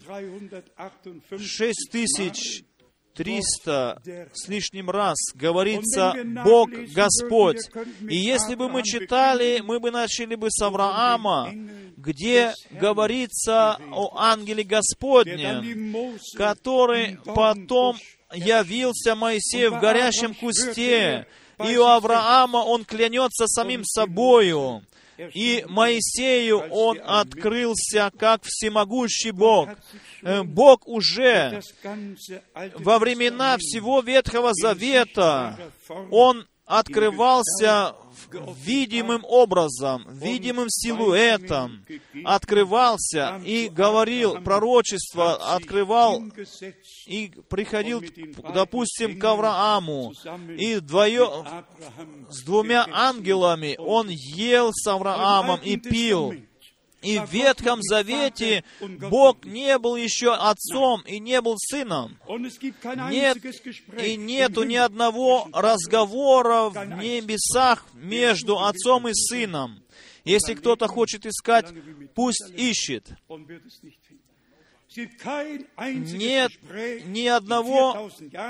6300 с лишним раз говорится «Бог Господь». И если бы мы читали, мы бы начали бы с Авраама, где говорится о ангеле Господнем, который потом явился Моисею в горящем кусте. И у Авраама он клянется самим собою. И Моисею он открылся как всемогущий Бог. Бог уже во времена всего Ветхого Завета, Он открывался видимым образом, видимым силуэтом, открывался и говорил пророчество, открывал и приходил, допустим, к Аврааму, и с 2 ангелами он ел с Авраамом и пил. И в Ветхом Завете Бог не был еще Отцом и не был Сыном. Нет, и нету ни одного разговора в небесах между Отцом и Сыном. Если кто-то хочет искать, пусть ищет. Нет ни одного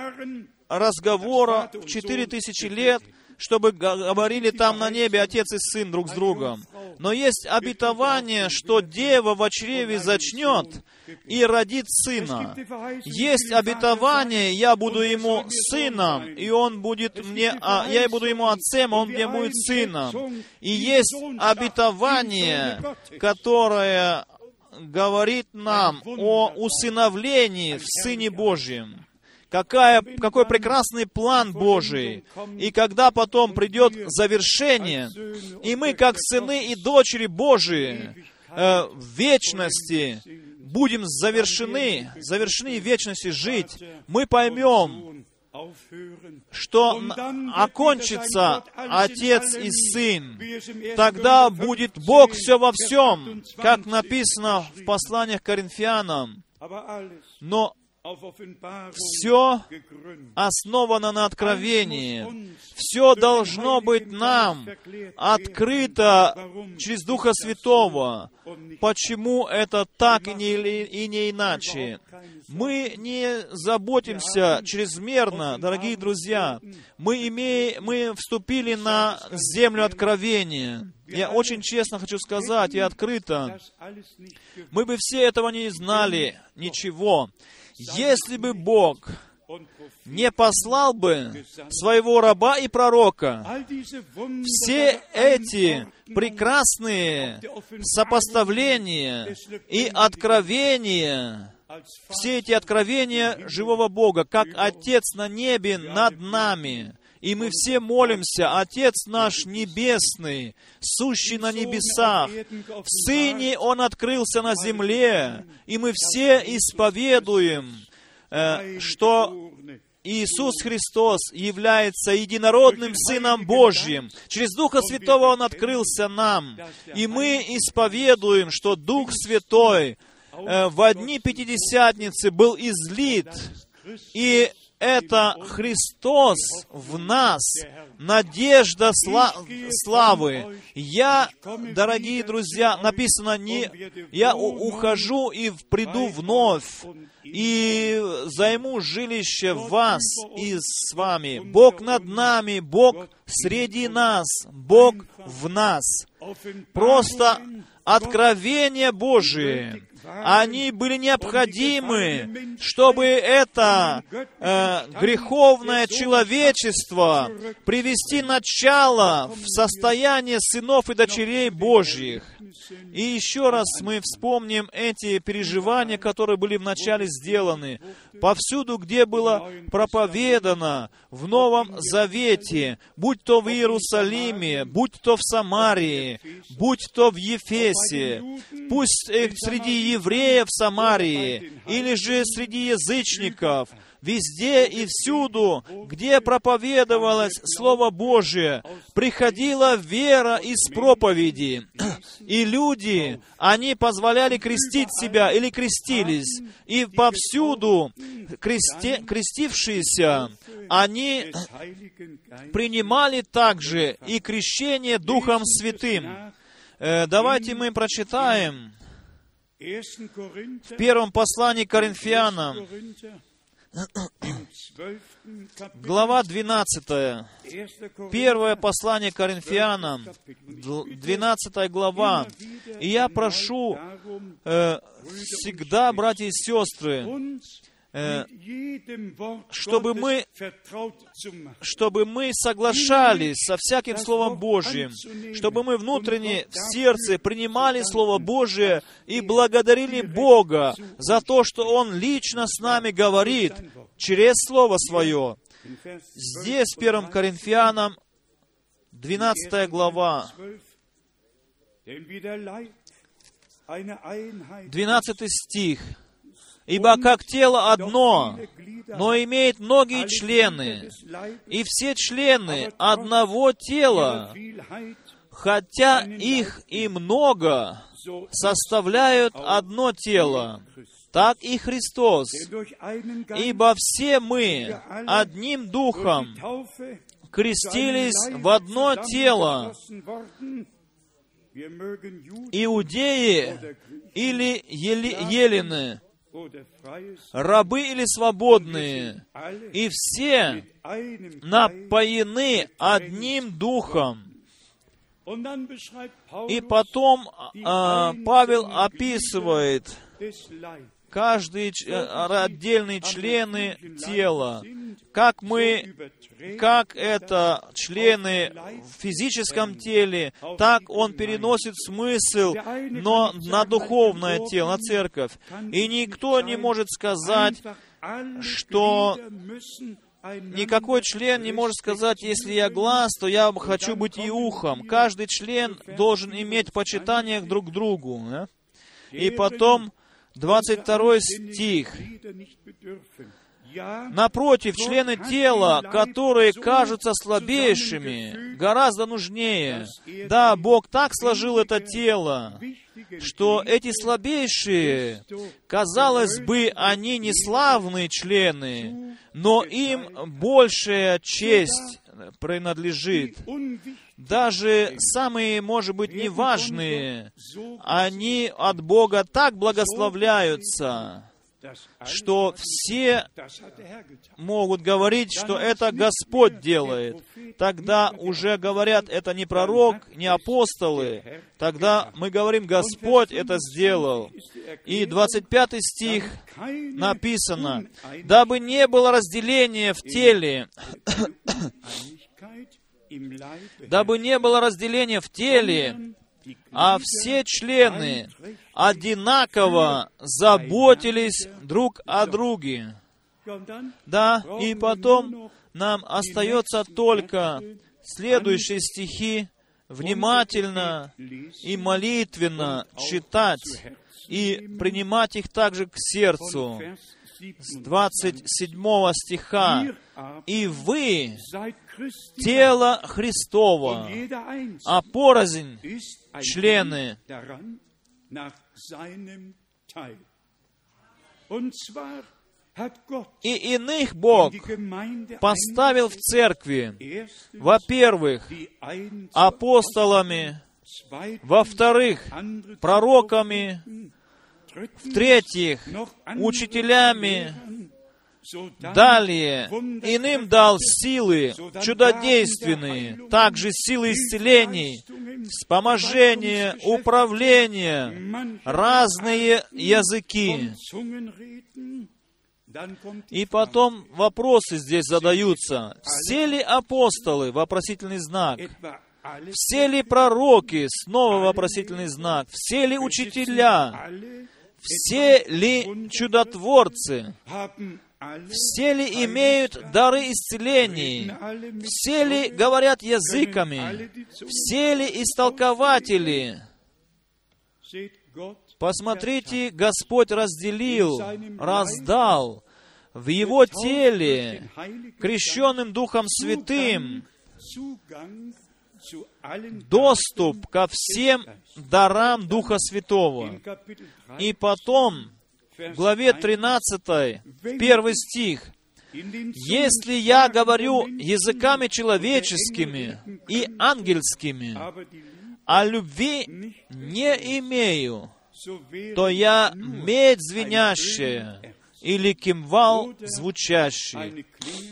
разговора в 4000 лет, чтобы говорили там на небе Отец и Сын друг с другом. Но есть обетование, что дева в чреве зачнет и родит сына. Есть обетование, я буду ему сыном, и он будет мне, я буду ему отцем, а он мне будет сыном. И есть обетование, которое говорит нам о усыновлении в Сыне Божьем. Какой прекрасный план Божий. И когда потом придет завершение, и мы, как сыны и дочери Божии, в вечности будем завершены в вечности жить, мы поймем, что окончится Отец и Сын. Тогда будет Бог все во всем, как написано в посланиях к Коринфянам. Но все основано на откровении. Все должно быть нам открыто через Духа Святого. Почему это так и не иначе? Мы не заботимся чрезмерно, дорогие друзья. Мы вступили на землю откровения. Я очень честно хочу сказать и открыто. Мы бы все этого не знали, ничего. Если бы Бог не послал бы своего раба и пророка, все эти прекрасные сопоставления и откровения, все эти откровения живого Бога, как Отец на небе над нами, и мы все молимся, Отец наш Небесный, сущий на небесах, в Сыне Он открылся на земле, и мы все исповедуем, что Иисус Христос является единородным Сыном Божьим. Через Духа Святого Он открылся нам, и мы исповедуем, что Дух Святой в дни Пятидесятницы был излит, и это Христос в нас, надежда славы. Я, дорогие друзья, написано, я ухожу и приду вновь, и займу жилище в вас и с вами. Бог над нами, Бог среди нас, Бог в нас. Просто откровения Божие, они были необходимы, чтобы это греховное человечество привести начало в состояние сынов и дочерей Божьих. И еще раз мы вспомним эти переживания, которые были вначале сделаны. Повсюду, где было проповедано в Новом Завете, будь то в Иерусалиме, будь то в Самарии, будь то в Ефесе, пусть среди евреев в Самарии, или же среди язычников, везде и всюду, где проповедовалось Слово Божие, приходила вера из проповеди. И люди, они позволяли крестить себя или крестились. И повсюду крестившиеся, они принимали также и крещение Духом Святым. Давайте мы прочитаем в первом послании к Коринфянам, глава 12. Первое послание к Коринфянам, 12 глава. И я прошу всегда, братья и сестры, чтобы мы соглашались со всяким Словом Божьим, чтобы мы внутренне в сердце принимали Слово Божие и благодарили Бога за то, что Он лично с нами говорит через Слово Свое. Здесь, в 1 Коринфянам, 12 глава, 12 стих. «Ибо как тело одно, но имеет многие члены, и все члены одного тела, хотя их и много, составляют одно тело, так и Христос. Ибо все мы одним Духом крестились в одно тело, иудеи или елены, рабы или свободные, и все напоены одним Духом. И потом Павел описывает каждые отдельные члены тела, как это члены в физическом теле, так он переносит смысл, но на духовное тело, на церковь. И никто не может сказать, что никакой член не может сказать, если я глаз, то я хочу быть и ухом. Каждый член должен иметь почитание друг к другу. Да? И потом 22 стих. Напротив, члены тела, которые кажутся слабейшими, гораздо нужнее. Да, Бог так сложил это тело, что эти слабейшие, казалось бы, они не славные члены, но им большая честь принадлежит. Даже самые, может быть, неважные, они от Бога так благословляются, что все могут говорить, что это Господь делает. Тогда уже говорят, это не пророк, не апостолы. Тогда мы говорим, Господь это сделал. И 25 стих написано, «Дабы не было разделения в теле, дабы не было разделения в теле, а все члены одинаково заботились друг о друге». Да, и потом нам остается только следующие стихи внимательно и молитвенно читать и принимать их также к сердцу. С 27 стиха. «И вы, тело Христово, а порознь члены». И иных Бог поставил в церкви, во-первых, апостолами, во-вторых, пророками, в-третьих, учителями, далее, иным дал силы чудодейственные, также силы исцелений, вспоможения, управления, разные языки. И потом вопросы здесь задаются. Все ли апостолы? Вопросительный знак. Все ли пророки? Снова вопросительный знак. Все ли учителя? Все ли чудотворцы? Все ли имеют дары исцелений? Все ли говорят языками? Все ли истолкователи? Посмотрите, Господь разделил, раздал в Его теле, крещенным Духом Святым, доступ ко всем дарам Духа Святого. И потом, в главе 13, 1 стих, «Если я говорю языками человеческими и ангельскими, а любви не имею, то я медь звенящая или кимвал звучащий».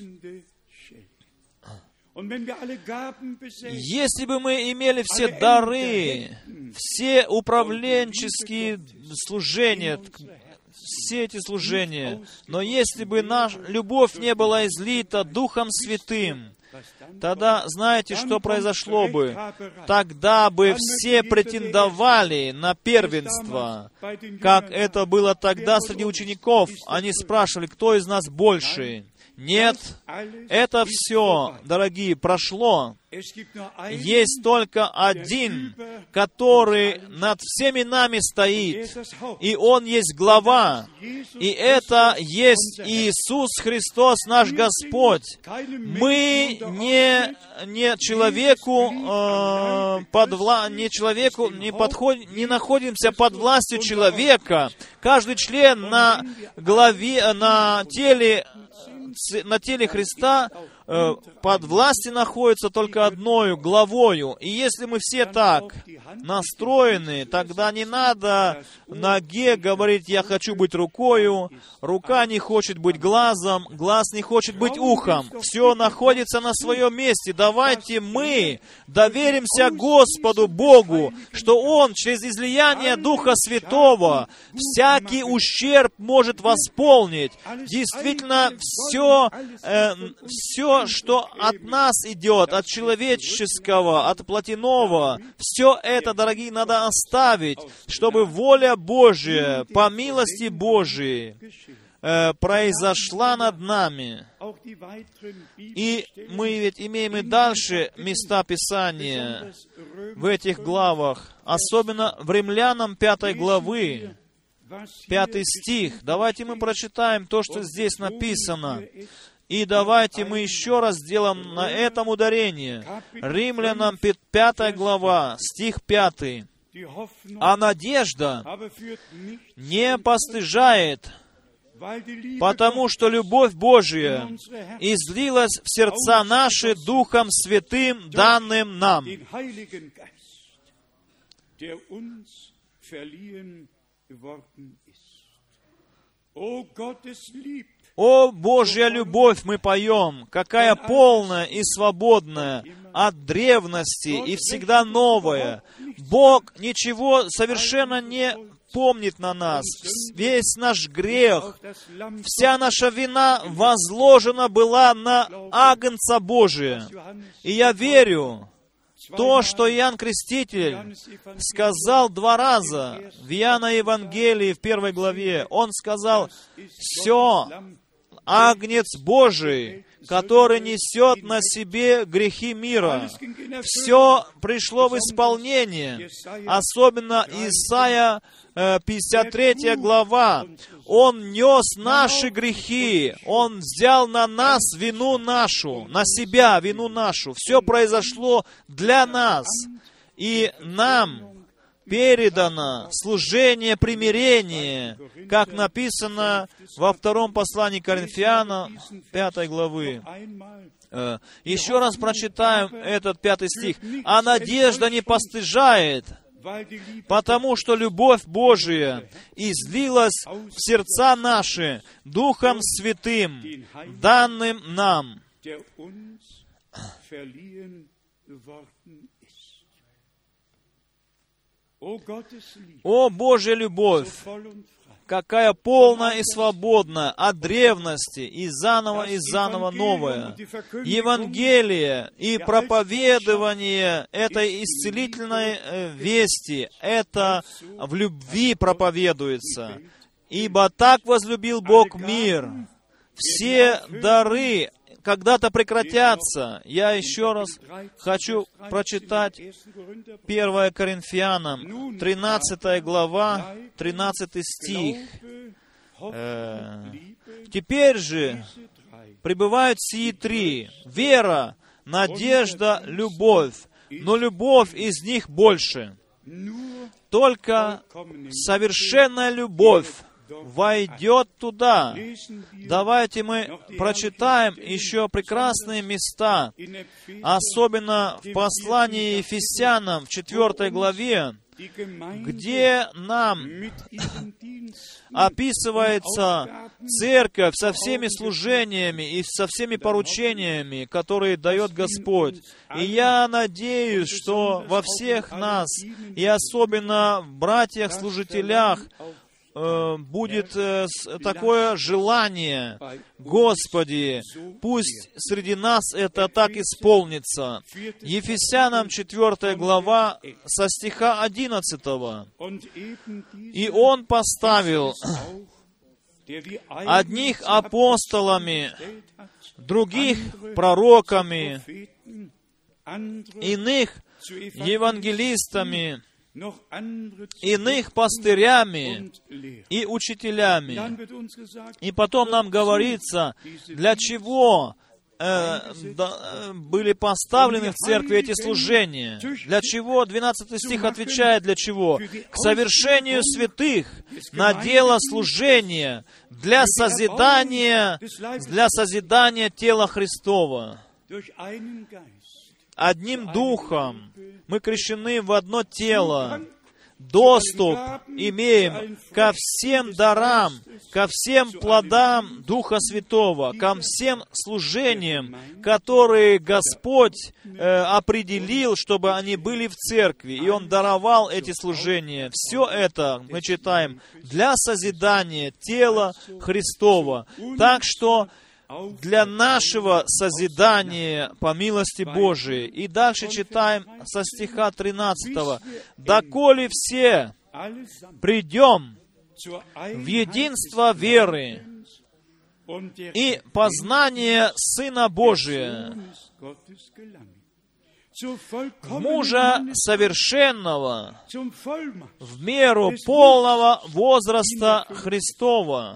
Если бы мы имели все дары, все управленческие служения, все эти служения, но если бы наша любовь не была излита Духом Святым, тогда знаете, что произошло бы? Тогда бы все претендовали на первенство, как это было тогда среди учеников. Они спрашивали, кто из нас больше. Нет, это все, дорогие, прошло. Есть только один, который над всеми нами стоит, и Он есть глава, и это есть Иисус Христос, наш Господь. Мы не находимся под властью человека. Каждый член на теле Христа под властью находится только одною главою. И если мы все так настроены, тогда не надо ноге говорить: «Я хочу быть рукою», рука не хочет быть глазом, глаз не хочет быть ухом. Все находится на своем месте. Давайте мы доверимся Господу Богу, что Он через излияние Духа Святого всякий ущерб может восполнить. Действительно, все, что от нас идет, от человеческого, от плотяного, все это, дорогие, надо оставить, чтобы воля Божья, по милости Божией, произошла над нами. И мы ведь имеем и дальше места Писания в этих главах, особенно в Римлянам 5 главы, 5 стих. Давайте мы прочитаем то, что здесь написано. И давайте мы еще раз сделаем на этом ударение. Римлянам 5 глава, стих 5. «А надежда не постыжает, потому что любовь Божия излилась в сердца наши Духом Святым, данным нам». «О, Божья любовь!» мы поем, какая полная и свободная, от древности и всегда новая. Бог ничего совершенно не помнит на нас. Весь наш грех, вся наша вина возложена была на Агнца Божия. И я верю, то, что Иоанн Креститель сказал 2 раза в Иоанна Евангелии в 1 главе, он сказал: «Все, Агнец Божий, который несет на себе грехи мира». Все пришло в исполнение, особенно Исайя 53 глава. Он нес наши грехи, Он взял на нас вину нашу, на себя вину нашу. Все произошло для нас, и нам передано служение примирения, как написано во 2 послании к Коринфянам 5 главы. Еще раз прочитаем этот 5 стих. «А надежда не постыжает, потому что любовь Божия излилась в сердца наши Духом Святым, данным нам». О, Божья любовь, какая полная и свободная, от древности, и заново новая. Евангелие и проповедование этой исцелительной вести, это в любви проповедуется. «Ибо так возлюбил Бог мир». Все дары когда-то прекратятся. Я еще раз хочу прочитать 1 Коринфянам, 13 глава, 13 стих. «Теперь же пребывают сии 3: вера, надежда, любовь, но любовь из них больше. Только совершенная любовь войдет туда». Давайте мы прочитаем еще прекрасные места, особенно в послании Ефесянам, в 4 главе, где нам описывается церковь со всеми служениями и со всеми поручениями, которые дает Господь. И я надеюсь, что во всех нас, и особенно в братьях-служителях, будет такое желание: Господи, пусть среди нас это так исполнится. Ефесянам 4 глава со стиха 11. «И Он поставил одних апостолами, других пророками, иных евангелистами, иных пастырями и учителями. И потом нам говорится, для чего были поставлены в церкви эти служения. Для чего? 12 стих отвечает, для чего? К совершению святых, на дело служения, для созидания тела Христова. Одним духом мы крещены в одно тело. Доступ имеем ко всем дарам, ко всем плодам Духа Святого, ко всем служениям, которые Господь определил, чтобы они были в церкви, и Он даровал эти служения. Все это мы читаем для созидания тела Христова. Так что для нашего созидания по милости Божией. И дальше читаем со стиха 13. «Доколе все придем в единство веры и познание Сына Божия, мужа совершенного, в меру полного возраста Христова».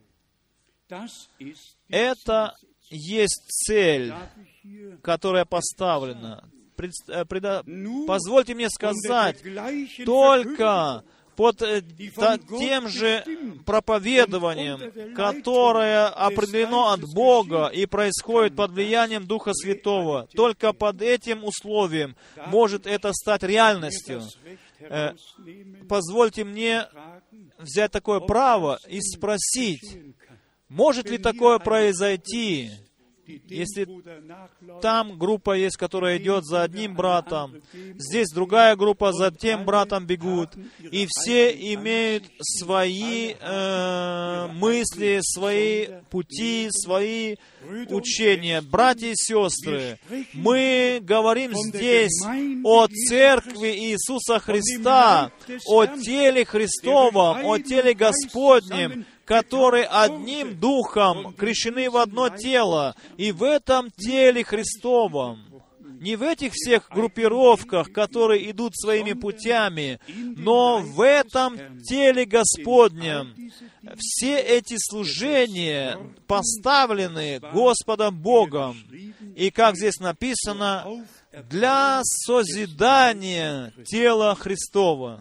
Это есть цель, которая поставлена. Позвольте мне сказать, только под тем же проповедованием, которое определено от Бога и происходит под влиянием Духа Святого, только под этим условием может это стать реальностью. Позвольте мне взять такое право и спросить, может ли такое произойти, если там группа есть, которая идет за одним братом, здесь другая группа за тем братом бегут, и все имеют свои мысли, свои пути, свои учения. Братья и сестры, мы говорим здесь о Церкви Иисуса Христа, о теле Христовом, о теле Господнем, которые одним духом крещены в одно тело, и в этом теле Христовом. Не в этих всех группировках, которые идут своими путями, но в этом теле Господнем. Все эти служения поставлены Господом Богом. И как здесь написано, для созидания тела Христова.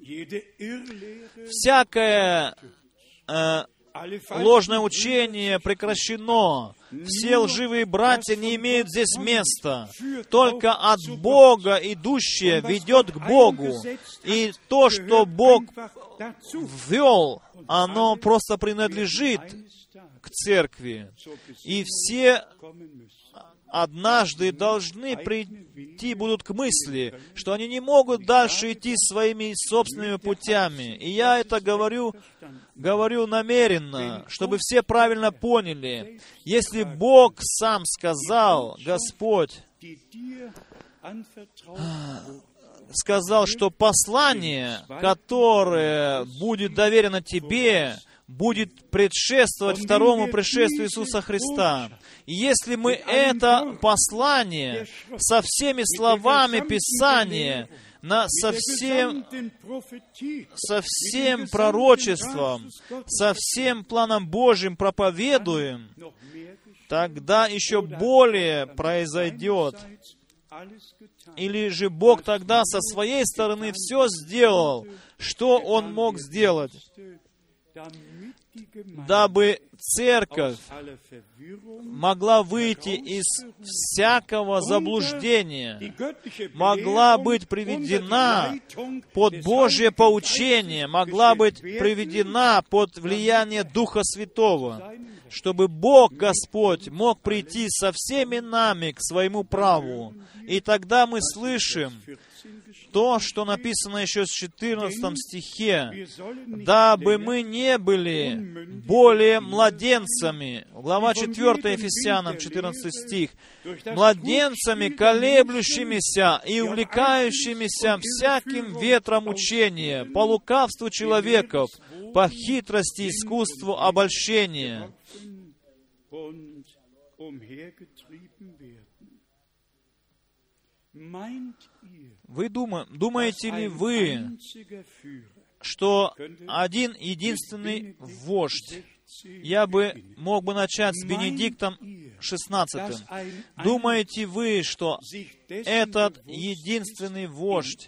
Всякое ложное учение прекращено. Все лживые братья не имеют здесь места. Только от Бога идущее ведет к Богу. И то, что Бог ввел, оно просто принадлежит к церкви. И все однажды должны прийти будут к мысли, что они не могут дальше идти своими собственными путями. И я это говорю намеренно, чтобы все правильно поняли. Если Бог сам сказал, Господь сказал, что послание, которое будет доверено тебе, будет предшествовать второму пришествию Иисуса Христа. И если мы это послание со всеми словами Писания, со всем пророчеством, со всем планом Божьим проповедуем, тогда еще более произойдет. Или же Бог тогда со своей стороны все сделал, что Он мог сделать, дабы церковь могла выйти из всякого заблуждения, могла быть приведена под Божье поучение, могла быть приведена под влияние Духа Святого, чтобы Бог, Господь, мог прийти со всеми нами к своему праву. И тогда мы слышим то, что написано еще в 14 стихе, «Дабы мы не были более младенцами». Глава 4 Ефесянам, 14 стих. «Младенцами, колеблющимися и увлекающимися всяким ветром учения, по лукавству человеков, по хитрости, искусству обольщения. Вы думаете ли вы, что один единственный вождь, я мог бы начать с Бенедиктом XVI. Думаете вы, что этот единственный вождь,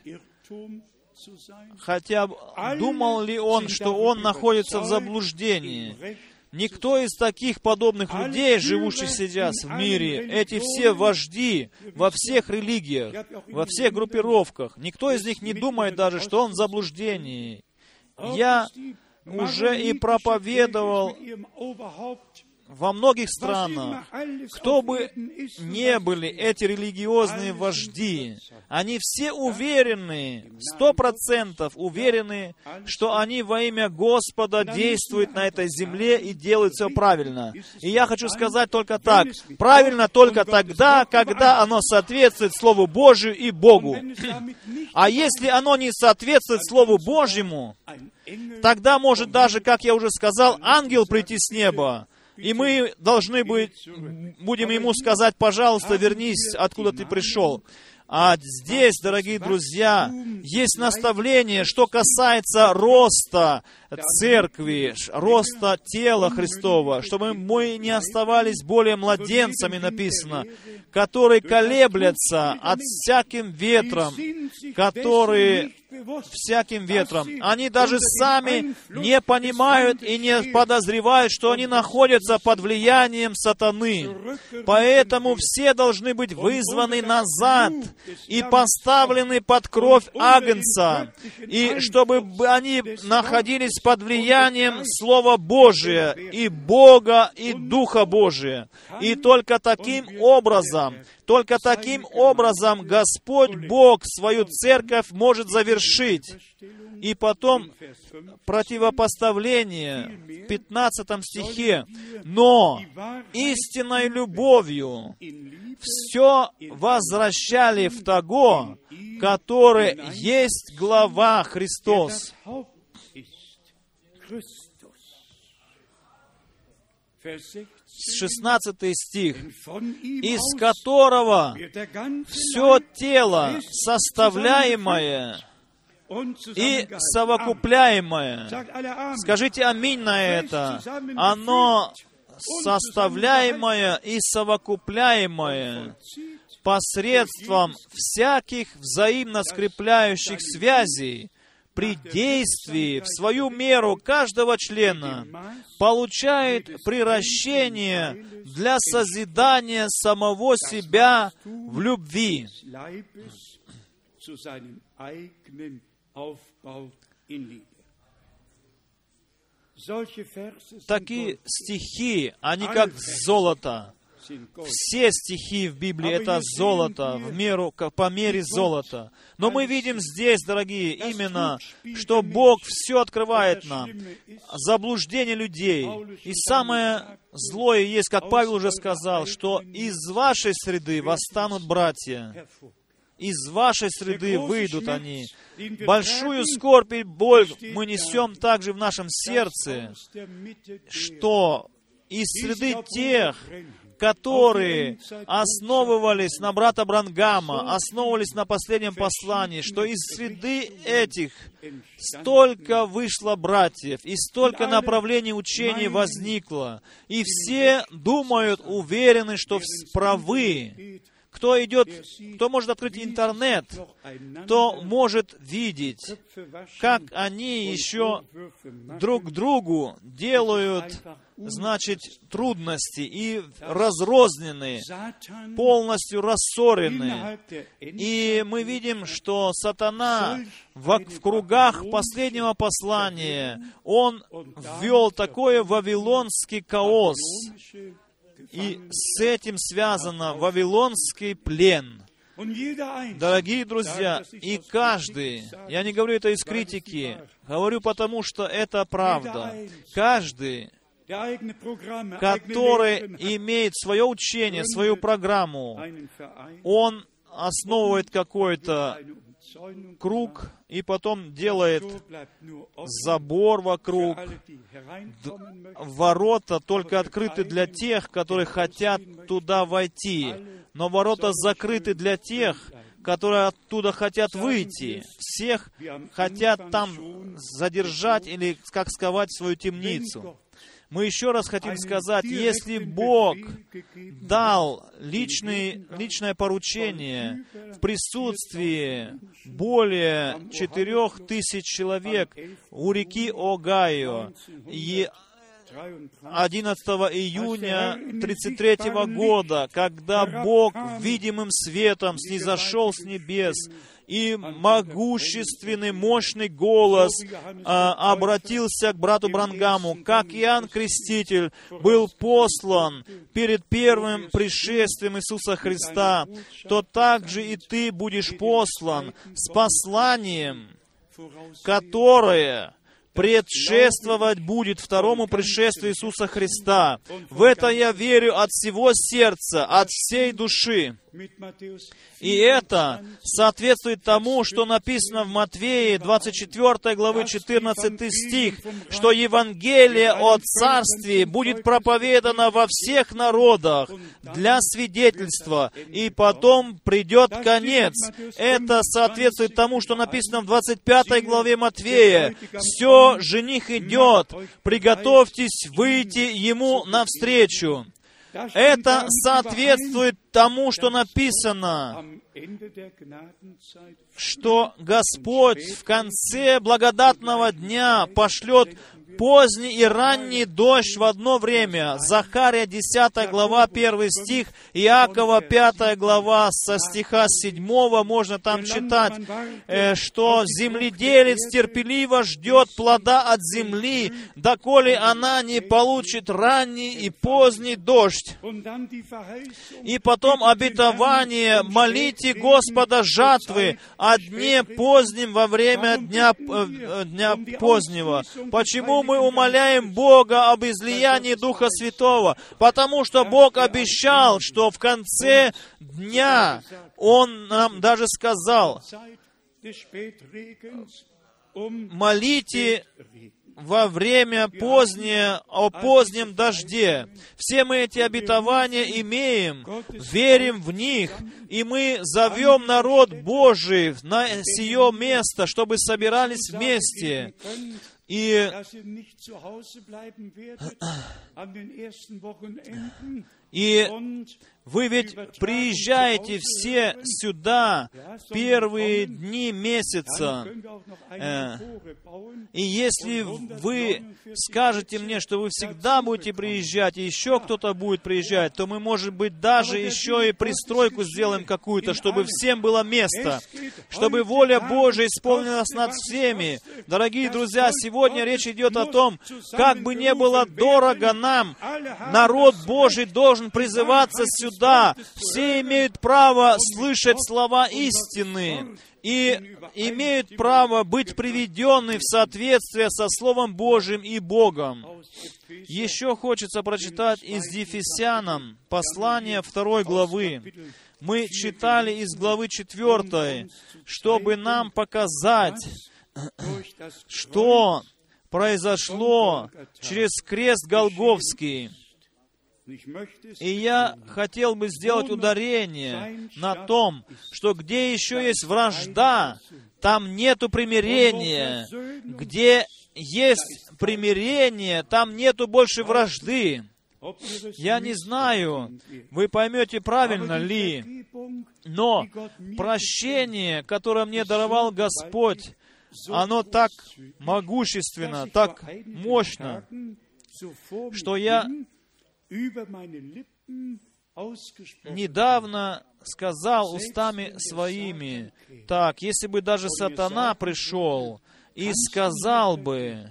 хотя бы думал ли он, что он находится в заблуждении? Никто из таких подобных людей, живущих сейчас в мире, эти все вожди во всех религиях, во всех группировках, никто из них не думает даже, что он в заблуждении. Я уже и проповедовал во многих странах, кто бы ни были эти религиозные вожди, они все уверены, 100% уверены, что они во имя Господа действуют на этой земле и делают все правильно. И я хочу сказать только так: правильно только тогда, когда оно соответствует Слову Божию и Богу. А если оно не соответствует Слову Божьему, тогда может даже, как я уже сказал, ангел прийти с неба, и мы должны будем ему сказать: пожалуйста, вернись, откуда ты пришел. А здесь, дорогие друзья, есть наставление, что касается роста церкви, роста тела Христова, чтобы мы не оставались более младенцами, написано, которые колеблятся от всяким ветром, Они даже сами не понимают и не подозревают, что они находятся под влиянием сатаны. Поэтому все должны быть вызваны назад и поставлены под кровь Агнца, и чтобы они находились под влиянием Слова Божия, и Бога, и Духа Божия. И только таким образом Господь Бог свою церковь может завершить. И потом противопоставление в 15 стихе. «Но истинной любовью все возвращали в того, который есть глава Христос». 16 стих. «Из которого все тело, составляемое и совокупляемое». Скажите аминь на это. Оно составляемое и совокупляемое посредством всяких взаимно скрепляющих связей, при действии в свою меру каждого члена получает приращение для созидания самого себя в любви. Такие стихи, они как золото. Все стихи в Библии — это золото, по мере золота. Но мы видим здесь, дорогие, именно, что Бог все открывает нам. Заблуждение людей. И самое злое есть, как Павел уже сказал, что из вашей среды восстанут братья. Из вашей среды выйдут они. Большую скорбь и боль мы несем также в нашем сердце, что из среды тех, которые основывались на брата Бранхама, основывались на последнем послании, что из среды этих столько вышло братьев, и столько направлений учения возникло, и все думают, уверены, что правы. Кто может открыть интернет, то может видеть, как они еще друг другу делают, трудности и разрознены, полностью рассорены. И мы видим, что сатана в кругах последнего послания, он ввел такой вавилонский хаос. И с этим связано вавилонский плен. Дорогие друзья, и каждый, я не говорю это из критики, говорю потому, что это правда, каждый, который имеет свое учение, свою программу, он основывает какое-то круг и потом делает забор вокруг. Ворота только открыты для тех, которые хотят туда войти, но ворота закрыты для тех, которые оттуда хотят выйти. Всех хотят там задержать или, как сковать в свою темницу. Мы еще раз хотим сказать, если Бог дал личное поручение в присутствии более 4000 человек у реки Огайо, 11 июня 1933 года, когда Бог видимым светом снизошел с небес, и могущественный, мощный голос обратился к брату Бранхаму, как Иоанн Креститель был послан перед первым пришествием Иисуса Христа, то также и ты будешь послан с посланием, которое предшествовать будет второму пришествию Иисуса Христа. В это я верю от всего сердца, от всей души. И это соответствует тому, что написано в Матфея 24 главы 14 стих, что Евангелие о Царстве будет проповедано во всех народах для свидетельства, и потом придет конец. Это соответствует тому, что написано в 25 главе Матфея. «Все, жених идет, приготовьтесь выйти ему навстречу». Это соответствует тому, что написано, что Господь в конце благодатного дня пошлет поздний и ранний дождь в одно время. Захария 10 глава 1 стих, Иакова 5 глава со стиха 7 можно там читать, что земледелец терпеливо ждет плода от земли, доколе она не получит ранний и поздний дождь. И потом обетование: молите Господа жатвы о дне позднем во время дня позднего. Почему мы умоляем Бога об излиянии Духа Святого? Потому что Бог обещал, что в конце дня Он нам даже сказал: молите во время позднее о позднем дожде. Все мы эти обетования имеем, верим в них, и мы зовем народ Божий на сие место, чтобы собирались вместе. И вы ведь приезжаете все сюда первые дни месяца. И если вы скажете мне, что вы всегда будете приезжать, и еще кто-то будет приезжать, то мы, может быть, даже еще и пристройку сделаем какую-то, чтобы всем было место, чтобы воля Божия исполнилась над всеми. Дорогие друзья, сегодня речь идет о том, как бы не было дорого нам, народ Божий должен призываться сюда. Все имеют право слышать слова истины и имеют право быть приведены в соответствие со Словом Божьим и Богом. Еще хочется прочитать из Ефесянам послание 2 главы. Мы читали из главы 4, чтобы нам показать, что произошло через крест Голгофский. И я хотел бы сделать ударение на том, что где еще есть вражда, там нету примирения. Где есть примирение, там нету больше вражды. Я не знаю, вы поймете правильно ли, но прощение, которое мне даровал Господь, оно так могущественно, так мощно, что я недавно сказал устами своими: так, если бы даже сатана пришел и сказал бы: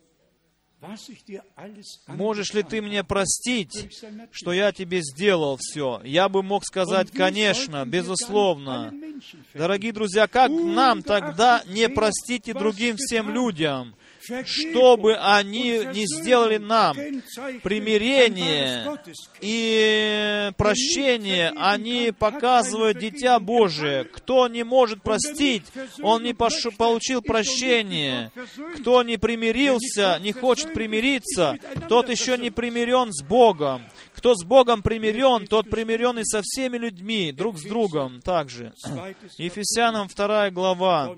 можешь ли ты мне простить, что я тебе сделал все? Я бы мог сказать: конечно, безусловно. Дорогие друзья, как нам тогда не простить и другим всем людям чтобы они не сделали нам примирение и прощение. Они показывают Дитя Божие. Кто не может простить, он не получил прощение. Кто не примирился, не хочет примириться, тот еще не примирен с Богом. Кто с Богом примирен, тот примирен и со всеми людьми, друг с другом также. Ефесянам 2 глава,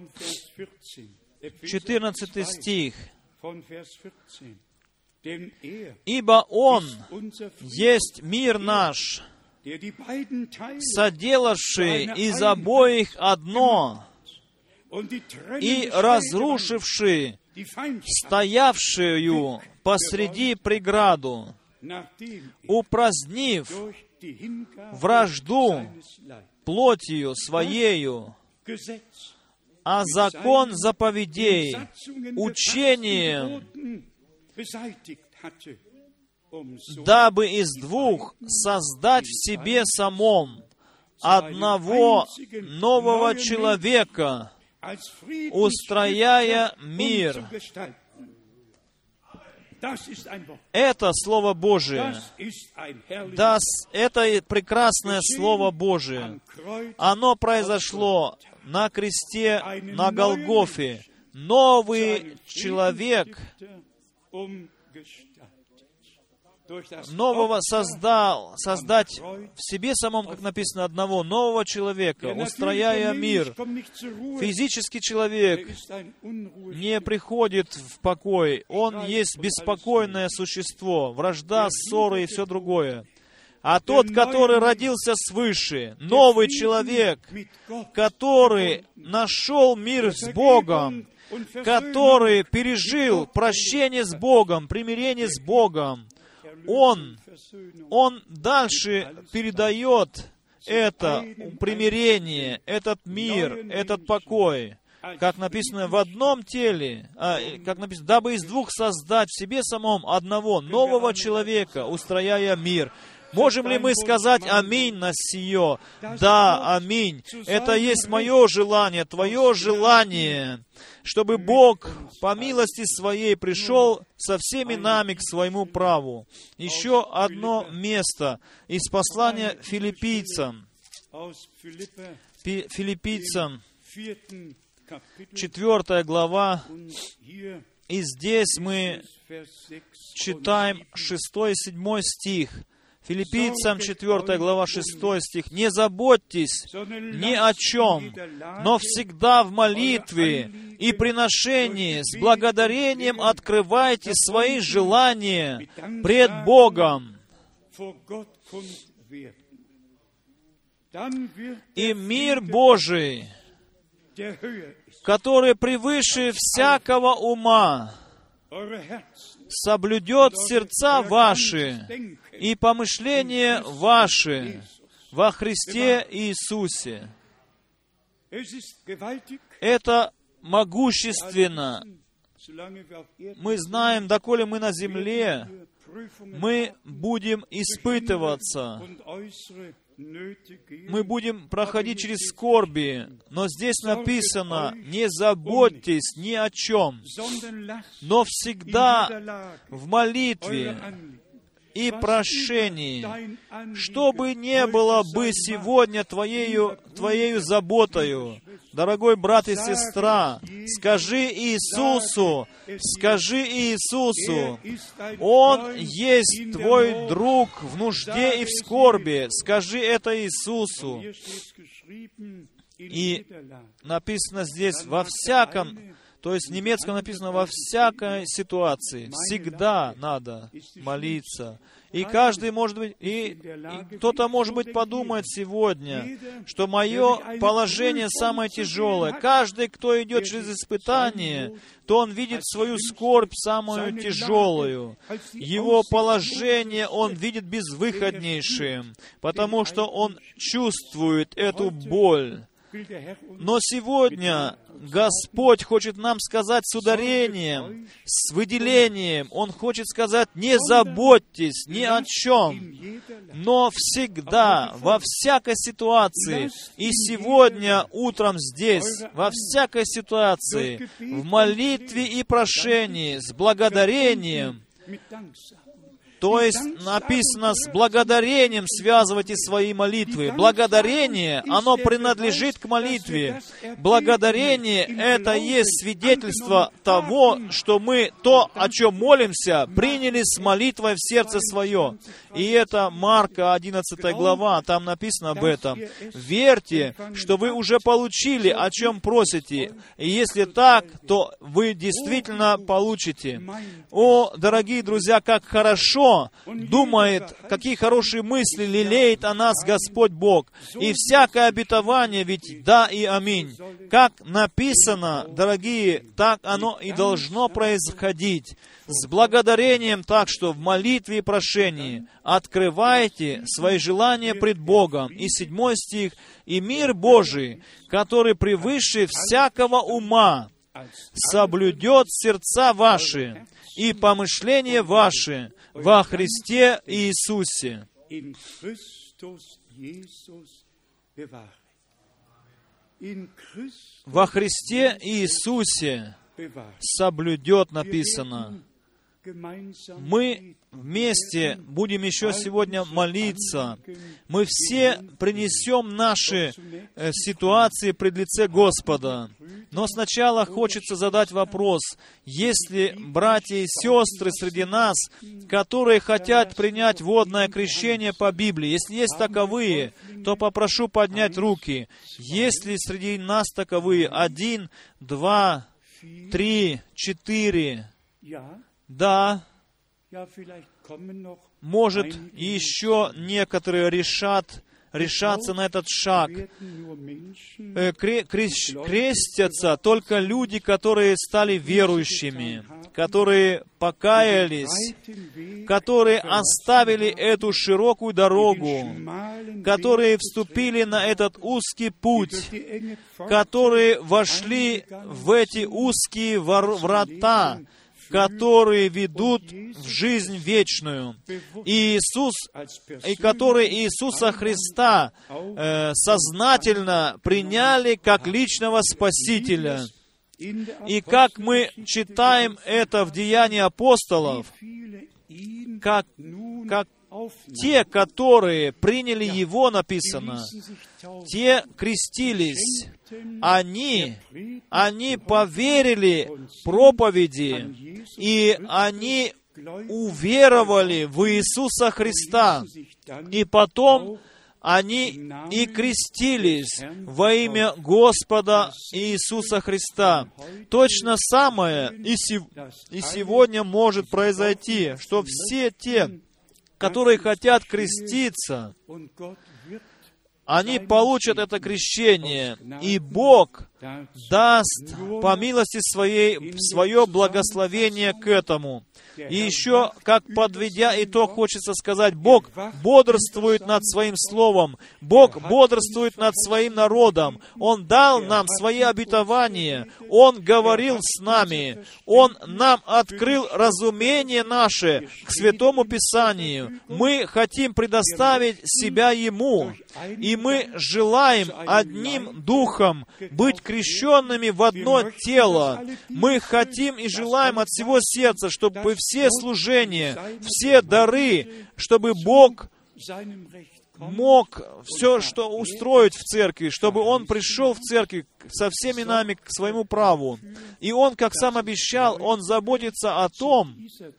14 стих. «Ибо Он есть мир наш, соделавший из обоих одно, и разрушивший стоявшую посреди преграду, упразднив вражду плотью Своею, а закон заповедей учением, дабы из двух создать в себе самом одного нового человека, устрояя мир». Это Слово Божие. Да, это прекрасное Слово Божие. Оно произошло на кресте на Голгофе. Новый человек, нового создать в себе самом, как написано, одного нового человека, устрояя мир. Физический человек не приходит в покой. Он есть беспокойное существо, вражда, ссоры и все другое. А тот, который родился свыше, новый человек, который нашел мир с Богом, который пережил прощение с Богом, примирение с Богом, Он дальше передает это примирение, этот мир, этот покой. Как написано, в одном теле, как написано, дабы из двух создать в себе самом одного нового человека, устрояя мир. Можем ли мы сказать «Аминь» на сие? Да, аминь. Это есть мое желание, твое желание, чтобы Бог по милости Своей пришел со всеми нами к Своему праву. Еще одно место из послания Филиппийцам. Филиппийцам, 4 глава. И здесь мы читаем 6 и 7 стих. Филиппийцам 4 глава 6 стих. «Не заботьтесь ни о чем, но всегда в молитве и приношении с благодарением открывайте свои желания пред Богом. И мир Божий, который превыше всякого ума, соблюдет сердца ваши и помышления ваши во Христе Иисусе». Это могущественно. Мы знаем, доколе мы на земле, мы будем испытываться, мы будем проходить через скорби, но здесь написано: не заботьтесь ни о чем, но всегда в молитве и прошении, что бы ни было бы сегодня твоею заботою. Дорогой брат и сестра, скажи Иисусу, Он есть твой друг в нужде и в скорби. Скажи это Иисусу. И написано здесь «во всяком», то есть в немецком написано «во всякой ситуации». Всегда надо молиться. И каждый, может быть, и кто-то, может быть, подумает сегодня, что мое положение самое тяжелое. Каждый, кто идет через испытание, то он видит свою скорбь самую тяжелую. Его положение он видит безвыходнейшим, потому что он чувствует эту боль. Но сегодня Господь хочет нам сказать с ударением, с выделением. Он хочет сказать: не заботьтесь ни о чем, но всегда, во всякой ситуации, и сегодня утром здесь, во всякой ситуации, в молитве и прошении, с благодарением. То есть написано: с благодарением связывайте свои молитвы. Благодарение, оно принадлежит к молитве. Благодарение — это есть свидетельство того, что мы то, о чем молимся, приняли с молитвой в сердце свое. И это Марка 11 глава, там написано об этом. Верьте, что вы уже получили, о чем просите. И если так, то вы действительно получите. О, дорогие друзья, как хорошо думает, какие хорошие мысли лелеет о нас Господь Бог. И всякое обетование ведь да и аминь. Как написано, дорогие, так оно и должно происходить. С благодарением, так что в молитве и прошении открывайте свои желания пред Богом. И 7 стих. И мир Божий, который превыше всякого ума, соблюдет сердца ваши и помышления ваши во Христе Иисусе. Во Христе Иисусе соблюдет, написано. Мы вместе будем еще сегодня молиться. Мы все принесем наши ситуации пред лице Господа. Но сначала хочется задать вопрос: есть ли братья и сестры среди нас, которые хотят принять водное крещение по Библии? Если есть таковые, то попрошу поднять руки. Есть ли среди нас таковые? 1, 2, 3, 4. Да, может, еще некоторые решатся на этот шаг. Крестятся только люди, которые стали верующими, которые покаялись, которые оставили эту широкую дорогу, которые вступили на этот узкий путь, которые вошли в эти узкие врата, которые ведут в жизнь вечную, и которые Иисуса Христа сознательно приняли как личного Спасителя. И как мы читаем это в Деянии апостолов, как те, которые приняли Его, написано, те крестились, они поверили проповеди, и они уверовали в Иисуса Христа, и потом они и крестились во имя Господа Иисуса Христа. Точно самое и сегодня может произойти, что все те, которые хотят креститься, они получат это крещение, и Бог даст по милости Своей свое благословение к этому. И еще, как подведя итог, хочется сказать, Бог бодрствует над Своим Словом, Бог бодрствует над Своим народом. Он дал нам Свои обетования, Он говорил с нами, Он нам открыл разумение наше к Святому Писанию. Мы хотим предоставить себя Ему, и мы желаем одним Духом быть крещенными в одно тело. Мы хотим и желаем от всего сердца, чтобы все служения, все дары, чтобы Бог мог все, что устроить в церкви, чтобы Он пришел в церковь со всеми нами к своему праву. И Он, как сам обещал, Он заботится о том,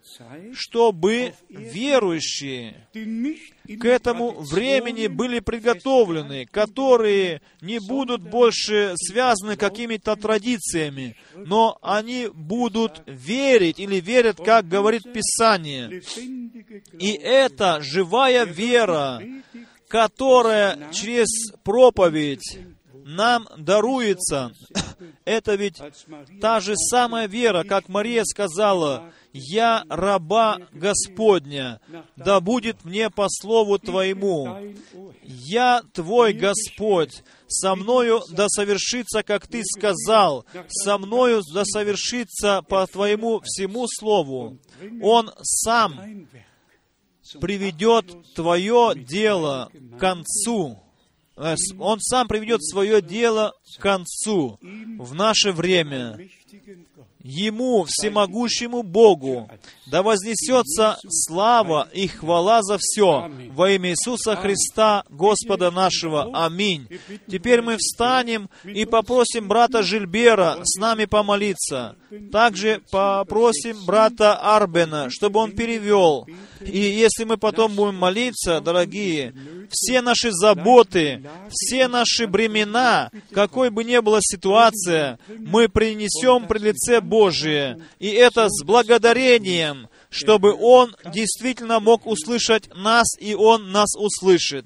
чтобы верующие к этому времени были приготовлены, которые не будут больше связаны какими-то традициями, но они будут верить или верят, как говорит Писание. И это живая вера, которая через проповедь нам даруется. Это ведь та же самая вера, как Мария сказала: «Я раба Господня, да будет мне по слову Твоему». «Я Твой Господь, со мною да совершится, как Ты сказал, со мною да совершится по Твоему всему слову». Он сам приведет Твое дело к концу. Он сам приведет свое дело к концу в наше время. Ему, всемогущему Богу, да вознесется слава и хвала за все во имя Иисуса Христа, Господа нашего. Аминь. Теперь мы встанем и попросим брата Жильбера с нами помолиться. Также попросим брата Арбена, чтобы он перевел. И если мы потом будем молиться, дорогие, все наши заботы, все наши бремена, какой бы ни была ситуация, мы принесем пред лице Божие. И это с благодарением, чтобы Он действительно мог услышать нас, и Он нас услышит.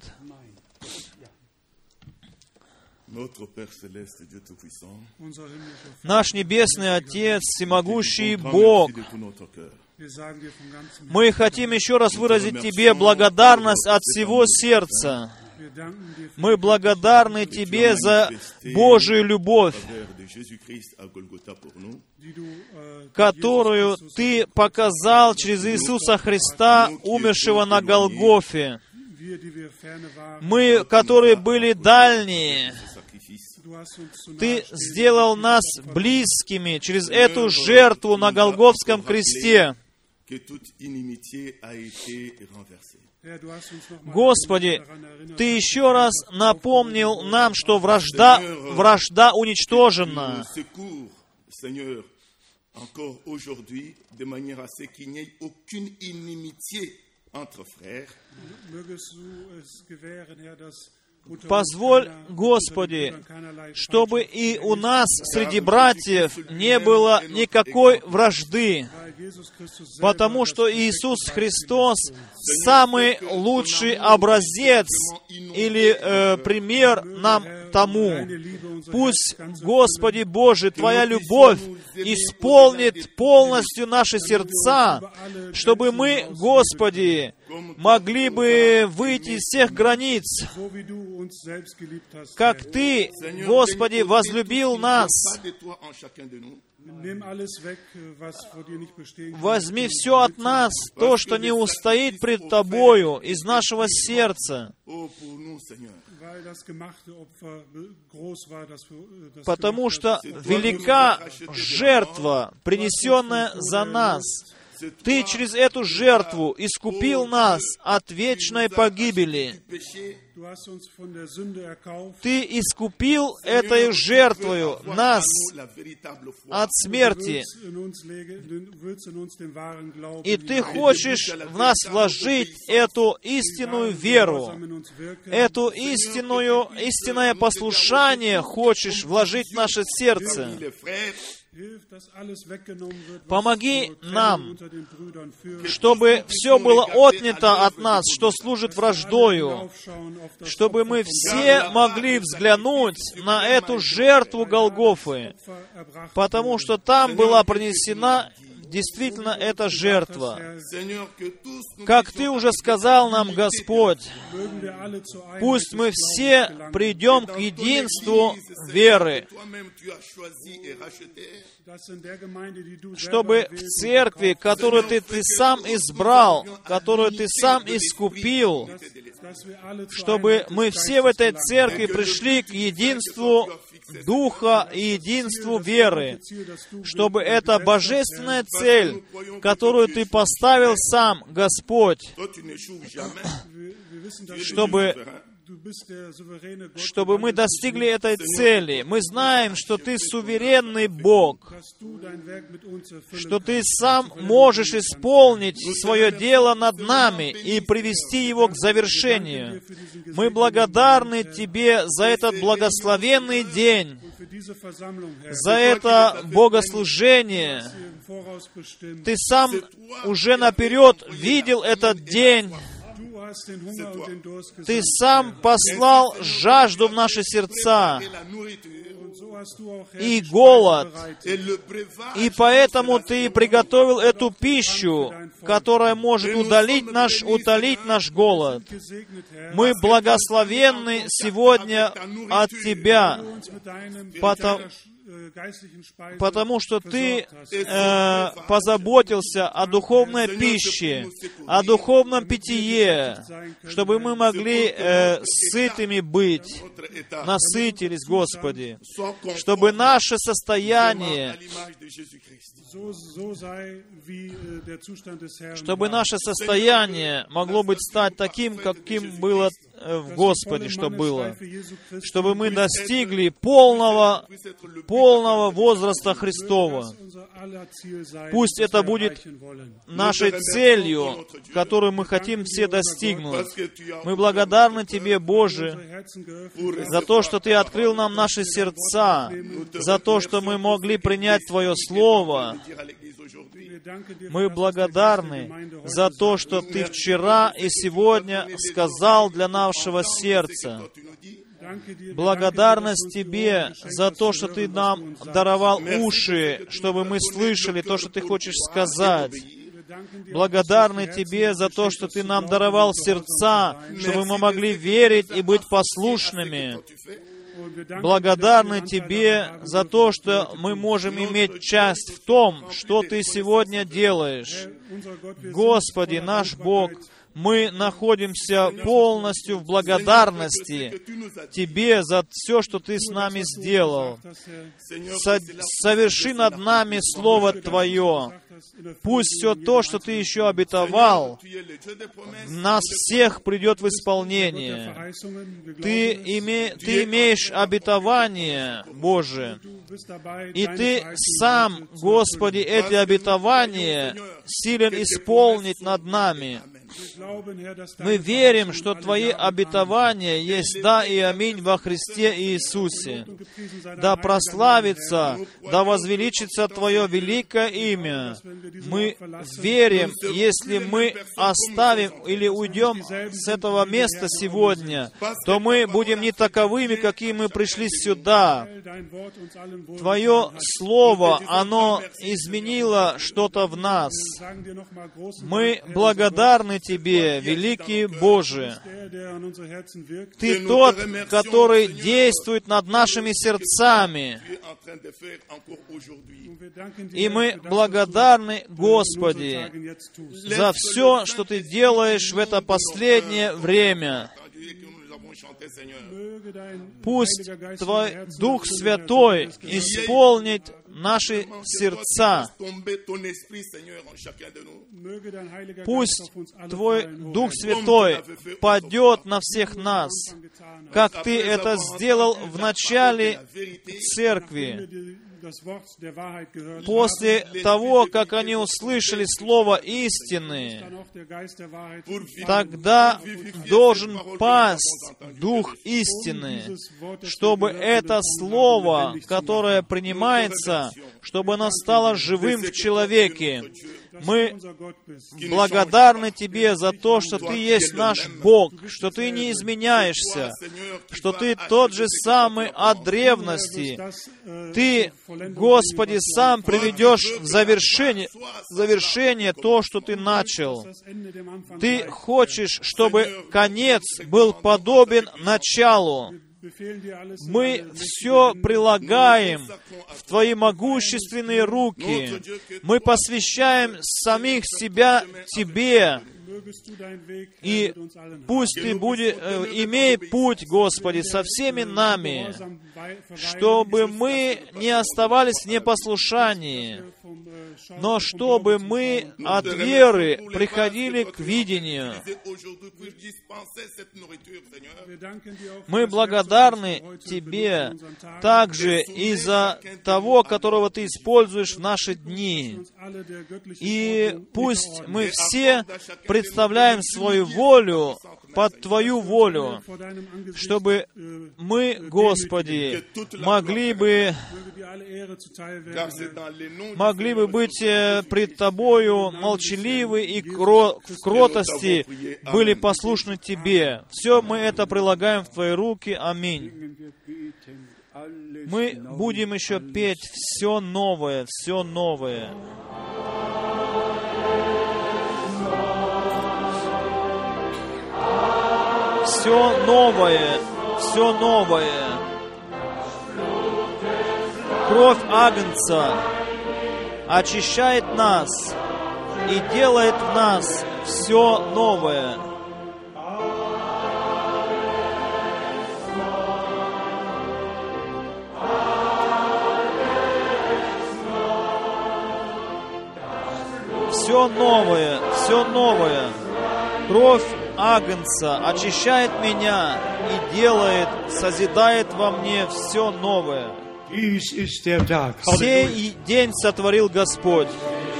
Наш Небесный Отец, всемогущий Бог, мы хотим еще раз выразить Тебе благодарность от всего сердца. Мы благодарны Тебе за Божию любовь, которую Ты показал через Иисуса Христа, умершего на Голгофе. Мы, которые были дальние, Ты сделал нас близкими через эту жертву на Голгофском кресте. Господи, Ты еще раз напомнил нам, что вражда уничтожена. Позволь, Господи, чтобы и у нас среди братьев не было никакой вражды, потому что Иисус Христос самый лучший образец или пример нам тому. Пусть, Господи Боже, Твоя любовь исполнит полностью наши сердца, чтобы мы, Господи, могли бы выйти из всех границ, как Ты, Господи, возлюбил нас. Возьми все от нас, то, что не устоит пред Тобою, из нашего сердца. Потому что велика жертва, принесенная за нас. Ты через эту жертву искупил нас от вечной погибели. Ты искупил этой жертвою нас от смерти. И Ты хочешь в нас вложить эту истинную веру, эту истинное послушание хочешь вложить в наше сердце. Помоги нам, чтобы все было отнято от нас, что служит враждою, чтобы мы все могли взглянуть на эту жертву Голгофы, потому что там была принесена действительно эта жертва. Как Ты уже сказал нам, Господь, пусть мы все придем к единству веры, чтобы в церкви, которую Ты сам избрал, которую Ты сам искупил, чтобы мы все в этой церкви пришли к единству Духа и единству веры, чтобы эта божественная цель, которую Ты поставил сам, Господь, чтобы мы достигли этой цели. Мы знаем, что Ты суверенный Бог, что Ты сам можешь исполнить свое дело над нами и привести его к завершению. Мы благодарны Тебе за этот благословенный день, за это богослужение. Ты сам уже наперед видел этот день. Ты сам послал жажду в наши сердца. и голод. И поэтому Ты приготовил эту пищу, которая может утолить наш голод. Мы благословенны сегодня от Тебя, потому что Ты позаботился о духовной пище, о духовном питье, чтобы мы могли сытыми быть, насытились, Господи, чтобы наше состояние могло быть стать таким, каким было в Господе, что было, чтобы мы достигли полного возраста Христова. Пусть это будет нашей целью, которую мы хотим все достигнуть. Мы благодарны Тебе, Боже, за то, что Ты открыл нам наши сердца, за то, что мы могли принять Твое Слово. Мы благодарны за то, что Ты вчера и сегодня сказал для нашего сердца. Благодарность Тебе за то, что Ты нам даровал уши, чтобы мы слышали то, что Ты хочешь сказать. Благодарны Тебе за то, что Ты нам даровал сердца, чтобы мы могли верить и быть послушными. Благодарны Тебе за то, что мы можем иметь часть в том, что Ты сегодня делаешь. Господи, наш Бог, мы находимся полностью в благодарности Тебе за все, что Ты с нами сделал. Соверши над нами Слово Твое. Пусть все то, что Ты еще обетовал, в нас всех придет в исполнение. Ты имеешь обетование, Боже, и Ты сам, Господи, эти обетования силен исполнить над нами. Мы верим, что Твои обетования есть «да» и «аминь» во Христе Иисусе. Да прославится, да возвеличится Твое великое имя. Мы верим, если мы оставим или уйдем с этого места сегодня, то мы будем не таковыми, какие мы пришли сюда. Твое Слово, оно изменило что-то в нас. Мы благодарны Тебе, великий Боже. Ты тот, который действует над нашими сердцами. И мы благодарны, Господи, за все, что Ты делаешь в это последнее время. Пусть Твой Дух Святой исполнит наши сердца. Пусть Твой Дух Святой падет на всех нас, как Ты это сделал в начале церкви. После того, как они услышали Слово истины, тогда должен пасть Дух истины, чтобы это Слово, которое принимается, чтобы оно стало живым в человеке. Мы благодарны Тебе за то, что Ты есть наш Бог, что Ты не изменяешься, что Ты тот же самый от древности. Ты, Господи, сам приведешь в завершение то, что Ты начал. Ты хочешь, чтобы конец был подобен началу. Мы все прилагаем в Твои могущественные руки. Мы посвящаем самих себя Тебе. И пусть Ты имей путь, Господи, со всеми нами, чтобы мы не оставались в непослушании, но чтобы мы от веры приходили к видению. Мы благодарны Тебе также и за того, которого Ты используешь в наши дни. И пусть мы все представляем свою волю под Твою волю, чтобы мы, Господи, могли бы быть пред Тобою молчаливы и в кротости были послушны Тебе. Все мы это прилагаем в Твои руки. Аминь. Мы будем еще петь «Все новое, все новое». Все новое, все новое. Кровь Агнца очищает нас и делает в нас все новое. Все новое, все новое. Кровь Агнца очищает меня и делает, созидает во мне все новое. Сей день сотворил Господь.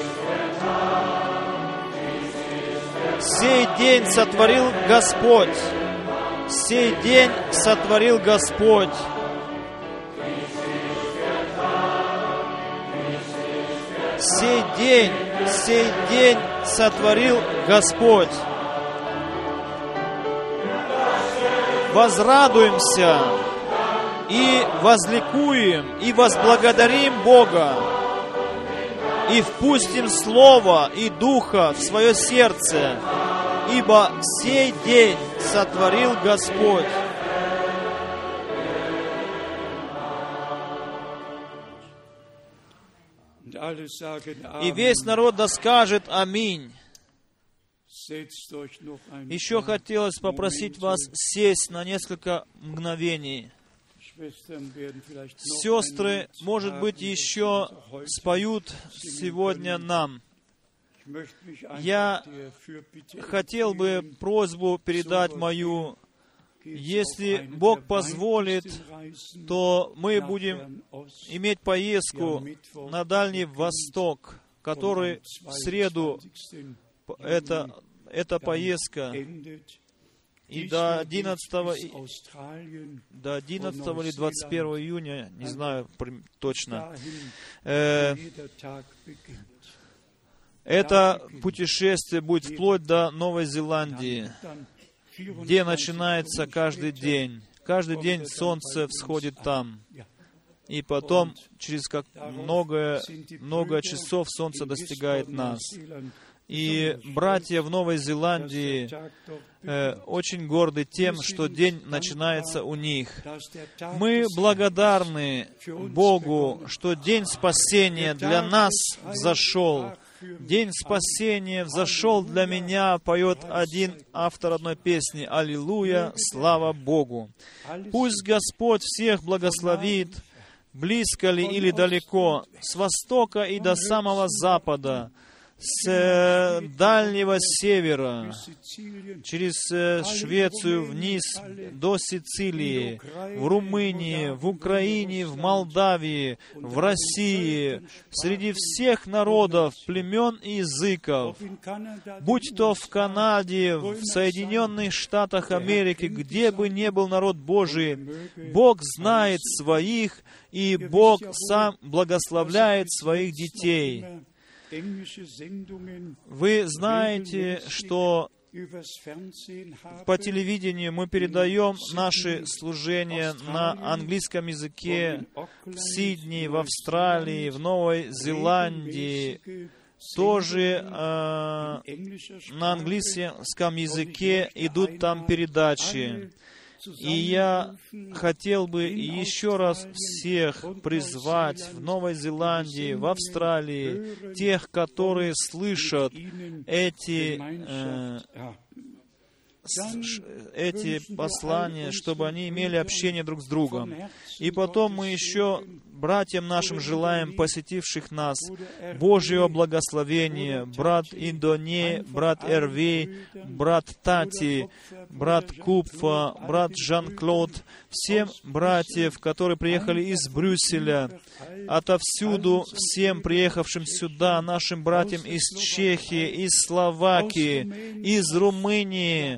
Сей день сотворил Господь. Сей день сотворил Господь. Сей день сотворил Господь. Возрадуемся и возликуем, и возблагодарим Бога, и впустим Слово и Духа в свое сердце, ибо сей день сотворил Господь. И весь народ да скажет «Аминь». Еще хотелось попросить вас сесть на несколько мгновений. Сестры, может быть, еще споют сегодня нам. Я хотел бы просьбу передать мою. Если Бог позволит, то мы будем иметь поездку на Дальний Восток, который в среду, эта поездка, и до 11 или 21 июня, не знаю точно, это путешествие будет вплоть до Новой Зеландии, где начинается каждый день. Каждый день солнце всходит там. И потом, через много часов, солнце достигает нас. И братья в Новой Зеландии очень горды тем, что день начинается у них. Мы благодарны Богу, что день спасения для нас взошел. День спасения взошел для меня, поет один автор одной песни. Аллилуйя, слава Богу. Пусть Господь всех благословит, близко ли или далеко, с востока и до самого запада, с дальнего севера, через Швецию вниз до Сицилии, в Румынии, в Украине, в Молдавии, в России, среди всех народов, племен и языков, будь то в Канаде, в Соединенных Штатах Америки, где бы ни был народ Божий, Бог знает своих, и Бог сам благословляет своих детей. Вы знаете, что по телевидению мы передаем наши служения на английском языке в Сиднее, в Австралии, в Новой Зеландии, тоже на английском языке идут там передачи. И я хотел бы еще раз всех призвать в Новой Зеландии, в Австралии, тех, которые слышат эти послания, чтобы они имели общение друг с другом. И потом мы еще братьям нашим желаем, посетивших нас, Божьего благословения, брат Индоне, брат Эрви, брат Тати, брат Купфа, брат Жан-Клод, всем братьев, которые приехали из Брюсселя, отовсюду, всем приехавшим сюда, нашим братьям из Чехии, из Словакии, из Румынии,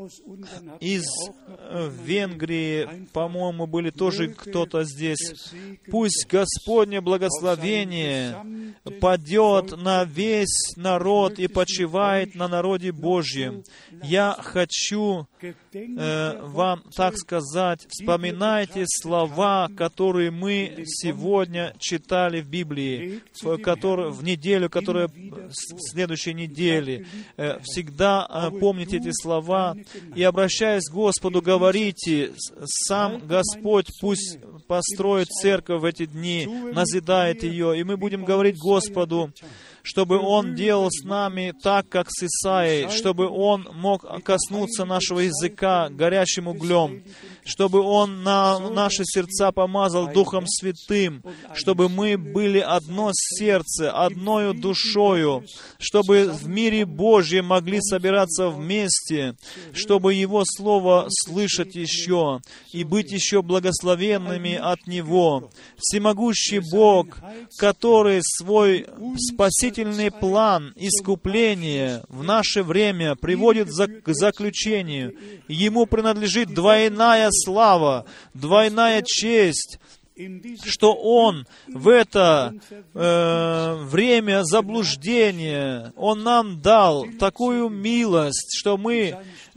из Венгрии, по-моему, были тоже кто-то здесь. Пусть Господне благословение падет на весь народ и почивает на народе Божьем. Я хочу вам так сказать, вспоминайте слова, которые мы сегодня читали в Библии, в неделю, которая в следующей неделе. Всегда помните эти слова и, обращаясь к Господу, говорите: сам Господь пусть построит церковь в эти дни, назидает ее, и мы будем говорить Господу, чтобы Он делал с нами так, как с Исаией, чтобы Он мог коснуться нашего языка горячим углем, чтобы Он на наши сердца помазал Духом Святым, чтобы мы были одно сердце, одною душою, чтобы в мире Божьем могли собираться вместе, чтобы Его Слово слышать еще и быть еще благословенными от Него. Всемогущий Бог, который свой спасительный план искупления в наше время приводит к заключению. Ему принадлежит двойная слава, двойная честь, что Он в это время заблуждения, Он нам дал такую милость, что мы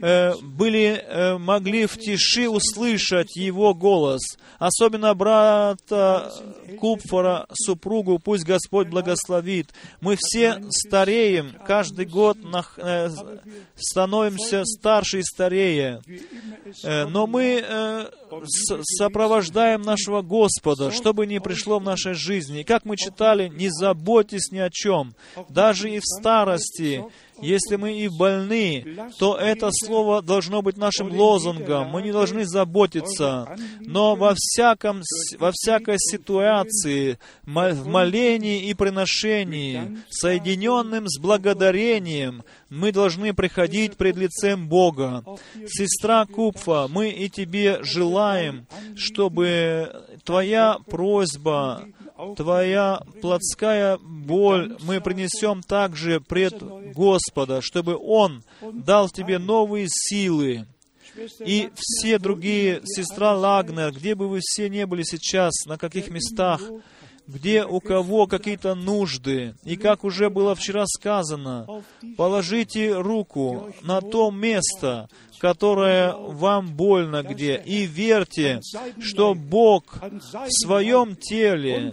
могли в тиши услышать Его голос. Особенно брата Купфора, супругу, пусть Господь благословит. Мы все стареем, каждый год становимся старше и старее. Но мы сопровождаем нашего Господа, что бы ни пришло в нашей жизни. И как мы читали, не заботьтесь ни о чем. Даже и в старости, если мы и больны, то это слово должно быть нашим лозунгом. Мы не должны заботиться. Но во всякой ситуации, в молении и приношении, соединенным с благодарением, мы должны приходить пред лицем Бога. Сестра Купфа, мы и тебе желаем, чтобы твоя просьба, твоя плотская боль мы принесем также пред Господа, чтобы Он дал тебе новые силы. И все другие, сестра Лагнер, где бы вы все не были сейчас, на каких местах, где у кого какие-то нужды, и как уже было вчера сказано, положите руку на то место, которое вам больно где, и верьте, что Бог в своем теле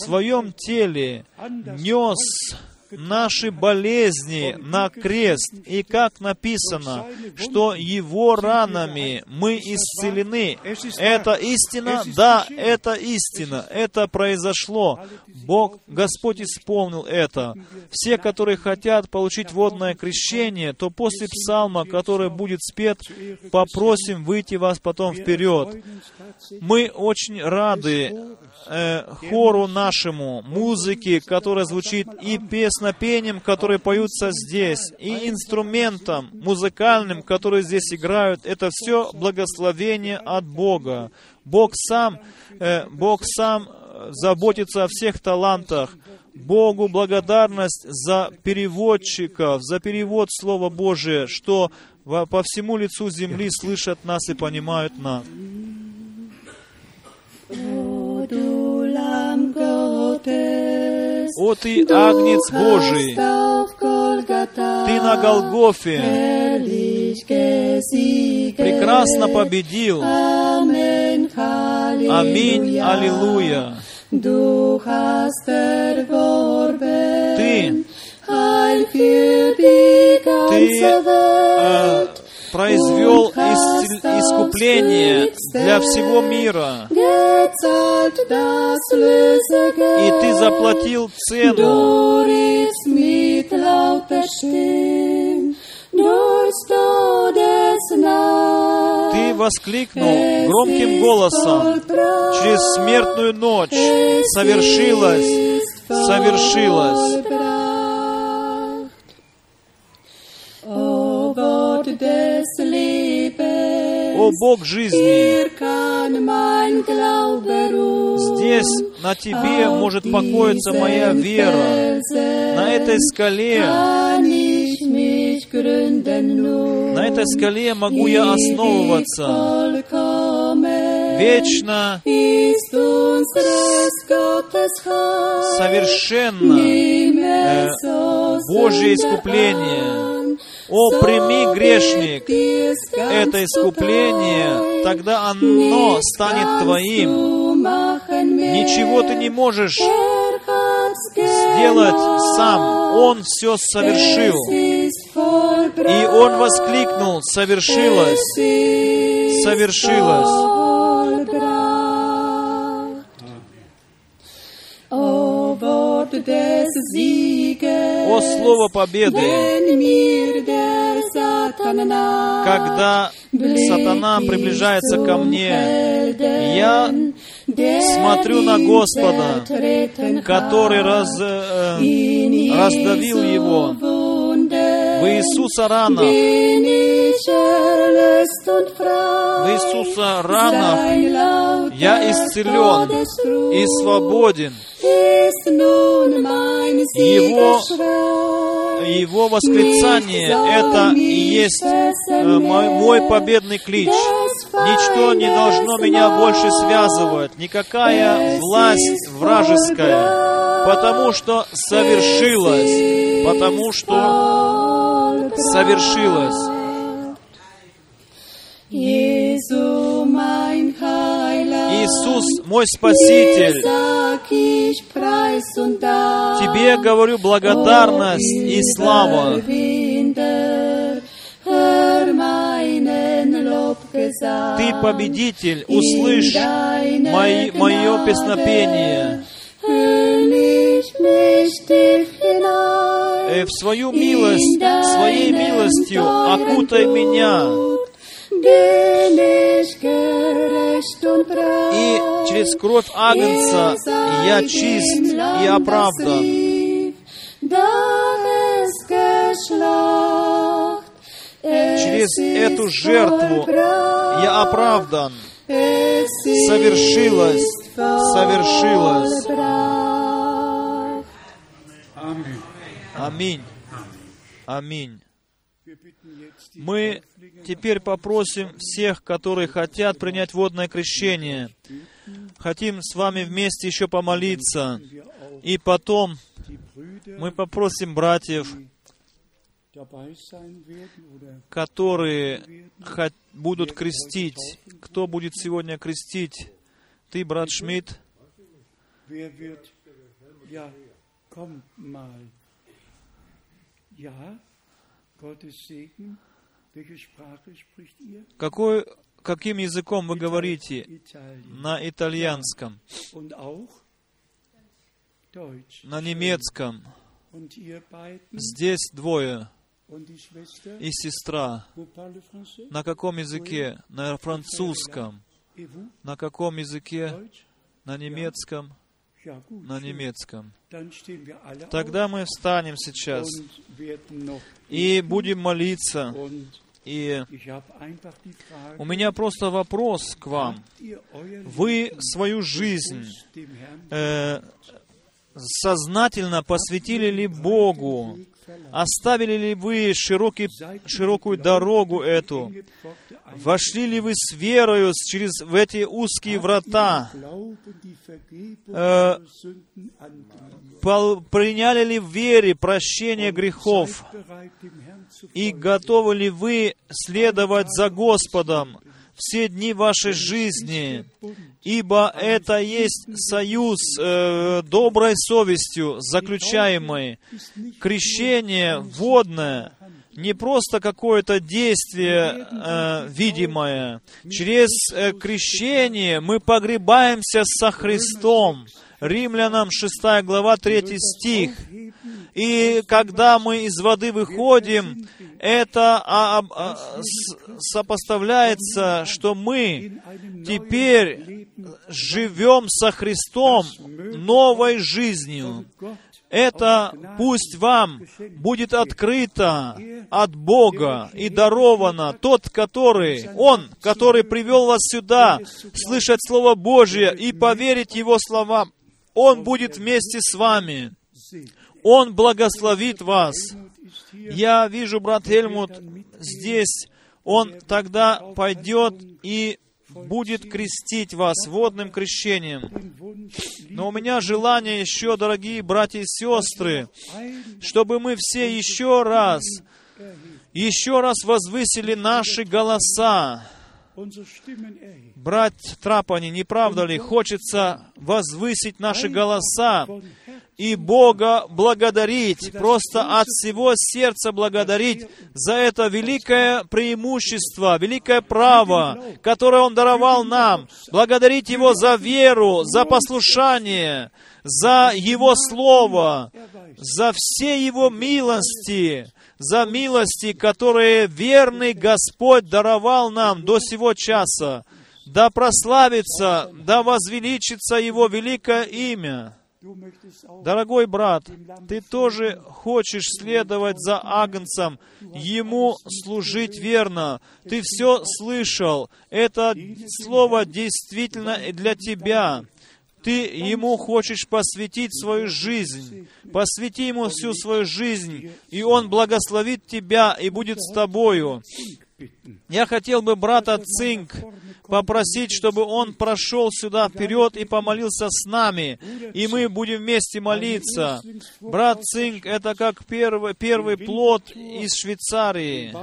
нес наши болезни на крест. И как написано, что Его ранами мы исцелены. Это истина? Да, это истина. Это произошло. Бог, Господь исполнил это. Все, которые хотят получить водное крещение, то после псалма, который будет спет, попросим выйти вас потом вперед. Мы очень рады хору нашему, музыке, которая звучит, и песнопениям, которые поются здесь, и инструментам музыкальным, которые здесь играют. Это все благословение от Бога. Бог сам заботится о всех талантах. Богу благодарность за переводчиков, за перевод Слова Божия, что по всему лицу земли слышат нас и понимают нас. О Ты, Агнец Божий, Ты на Голгофе прекрасно победил. Аминь, аллилуйя. Ты произвел искупление для всего мира. И Ты заплатил цену. Ты воскликнул громким голосом: через смертную ночь совершилось. О Бог жизни, здесь на Тебе может покоиться моя вера. На этой скале На этой скале могу я основываться. Вечно, совершенно Божье искупление. О, прими, грешник, это искупление, тогда оно станет твоим. Ничего ты не можешь сделать сам. Он все совершил. И он воскликнул: совершилось, совершилось. О, слово победы! Когда сатана приближается ко мне, я смотрю на Господа, который раздавил его. В Иисуса ранах, я исцелен и свободен. Его восклицание — это и есть мой победный клич. Ничто не должно меня больше связывать, никакая власть вражеская, потому что совершилось, потому что совершилось. Иисус, мой Спаситель, Тебе говорю благодарность и слава. Ты победитель, услышь мое песнопение. В свою милость, своей милостью окутай меня. И через кровь Агнца я чист и оправдан. Через эту жертву я оправдан. Совершилось, совершилось. Аминь. Аминь. Мы теперь попросим всех, которые хотят принять водное крещение. Хотим с вами вместе еще помолиться. И потом мы попросим братьев, которые будут крестить. Кто будет сегодня крестить? Ты, брат Шмидт? Каким языком вы говорите? На итальянском, на немецком. Здесь двое. И сестра. На каком языке? На французском. На каком языке? На немецком. На немецком. Тогда мы встанем сейчас и будем молиться. И у меня просто вопрос к вам. Вы свою жизнь сознательно посвятили ли Богу? Оставили ли вы широкую дорогу эту? Вошли ли вы с верою в эти узкие врата? Приняли ли в вере прощение грехов? И готовы ли вы следовать за Господом все дни вашей жизни? Ибо это есть союз доброй совестью, заключаемый. Крещение водное не просто какое-то действие видимое. Через крещение мы погребаемся со Христом. Римлянам 6 глава 3 стих. И когда мы из воды выходим, это сопоставляется, что мы теперь живем со Христом новой жизнью. Это пусть вам будет открыто от Бога и даровано. Он, который привел вас сюда, слышать Слово Божие и поверить Его словам, Он будет вместе с вами. Он благословит вас. Я вижу, брат Хельмут здесь. Он тогда пойдет и будет крестить вас водным крещением. Но у меня желание еще, дорогие братья и сестры, чтобы мы все еще раз возвысили наши голоса. Брат Трапани, не правда ли, хочется возвысить наши голоса и Бога благодарить, просто от всего сердца благодарить за это великое преимущество, великое право, которое Он даровал нам, благодарить Его за веру, за послушание, за Его Слово, за все Его милости, за милости, которые верный Господь даровал нам до сего часа. Да прославится, да возвеличится Его великое имя. Дорогой брат, ты тоже хочешь следовать за Агнцем, Ему служить верно. Ты все слышал. Это слово действительно для тебя. Ты Ему хочешь посвятить свою жизнь. Посвяти Ему всю свою жизнь, и Он благословит тебя и будет с тобою. Я хотел бы брата Цинк попросить, чтобы он прошел сюда вперед и помолился с нами, и мы будем вместе молиться. Брат Цинк — это как первый плод из Швейцарии.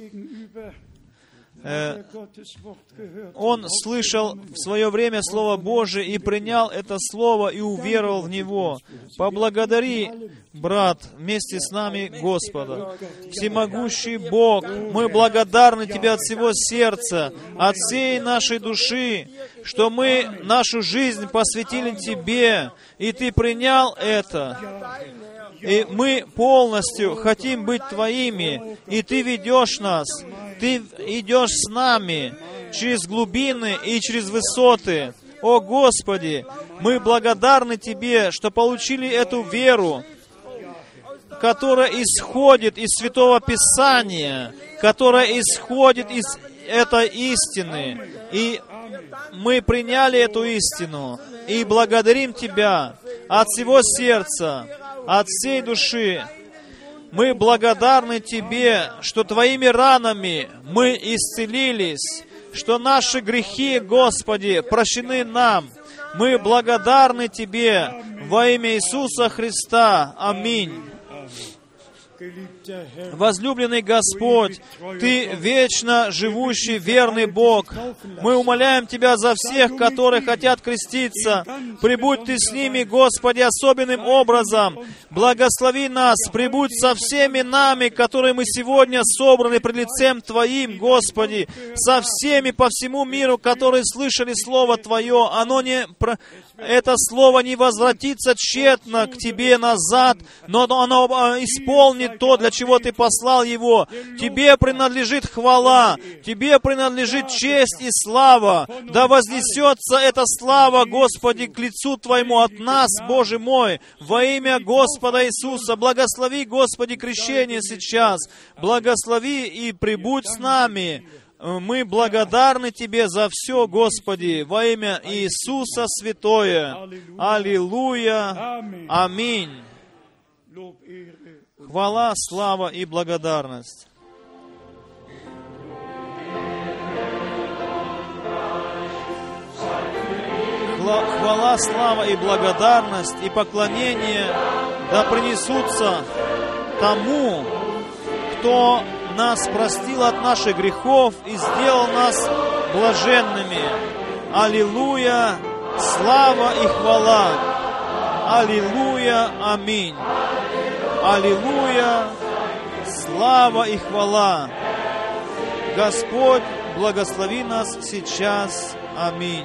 Он слышал в свое время Слово Божие и принял это Слово и уверовал в него. Поблагодари, брат, вместе с нами Господа. Всемогущий Бог, мы благодарны Тебе от всего сердца, от всей нашей души, что мы нашу жизнь посвятили Тебе, и Ты принял это. И мы полностью хотим быть Твоими, и Ты ведешь нас, Ты идешь с нами через глубины и через высоты. О Господи, мы благодарны Тебе, что получили эту веру, которая исходит из Святого Писания, которая исходит из этой истины. И мы приняли эту истину и благодарим Тебя от всего сердца, от всей души. Мы благодарны Тебе, что Твоими ранами мы исцелились, что наши грехи, Господи, прощены нам. Мы благодарны Тебе во имя Иисуса Христа. Аминь. Возлюбленный Господь, Ты вечно живущий, верный Бог. Мы умоляем Тебя за всех, которые хотят креститься. Прибудь Ты с ними, Господи, особенным образом. Благослови нас, прибудь со всеми нами, которые мы сегодня собраны пред лицем Твоим, Господи, со всеми по всему миру, которые слышали Слово Твое. Это Слово не возвратится тщетно к Тебе назад, но оно исполнит то, для чего Ты послал его. Тебе принадлежит хвала, Тебе принадлежит честь и слава. Да вознесется эта слава, Господи, к лицу Твоему от нас, Боже мой, во имя Господа Иисуса. Благослови, Господи, крещение сейчас. Благослови и прибудь с нами. Мы благодарны Тебе за все, Господи, во имя Иисуса Святое. Аллилуйя. Аминь. Хвала, слава и благодарность. Хвала, слава и благодарность и поклонение да принесутся тому, кто нас простил от наших грехов и сделал нас блаженными. Аллилуйя, слава и хвала. Аллилуйя, аминь. Аллилуйя, слава и хвала. Господь, благослови нас сейчас. Аминь.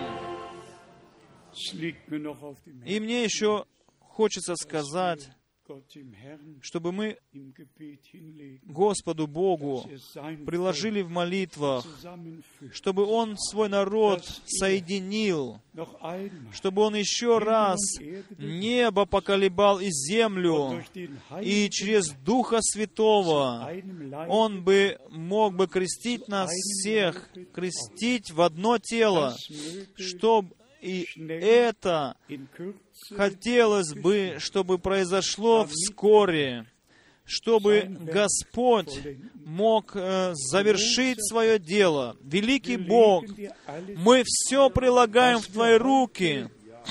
И мне еще хочется сказать, чтобы мы Господу Богу приложили в молитвах, чтобы Он свой народ соединил, чтобы Он еще раз небо поколебал и землю, и через Духа Святого Он бы мог бы крестить нас всех, крестить в одно тело, чтобы и это хотелось бы, чтобы произошло вскоре. чтобы Господь мог завершить свое дело. Великий Бог, мы все прилагаем в Твои руки.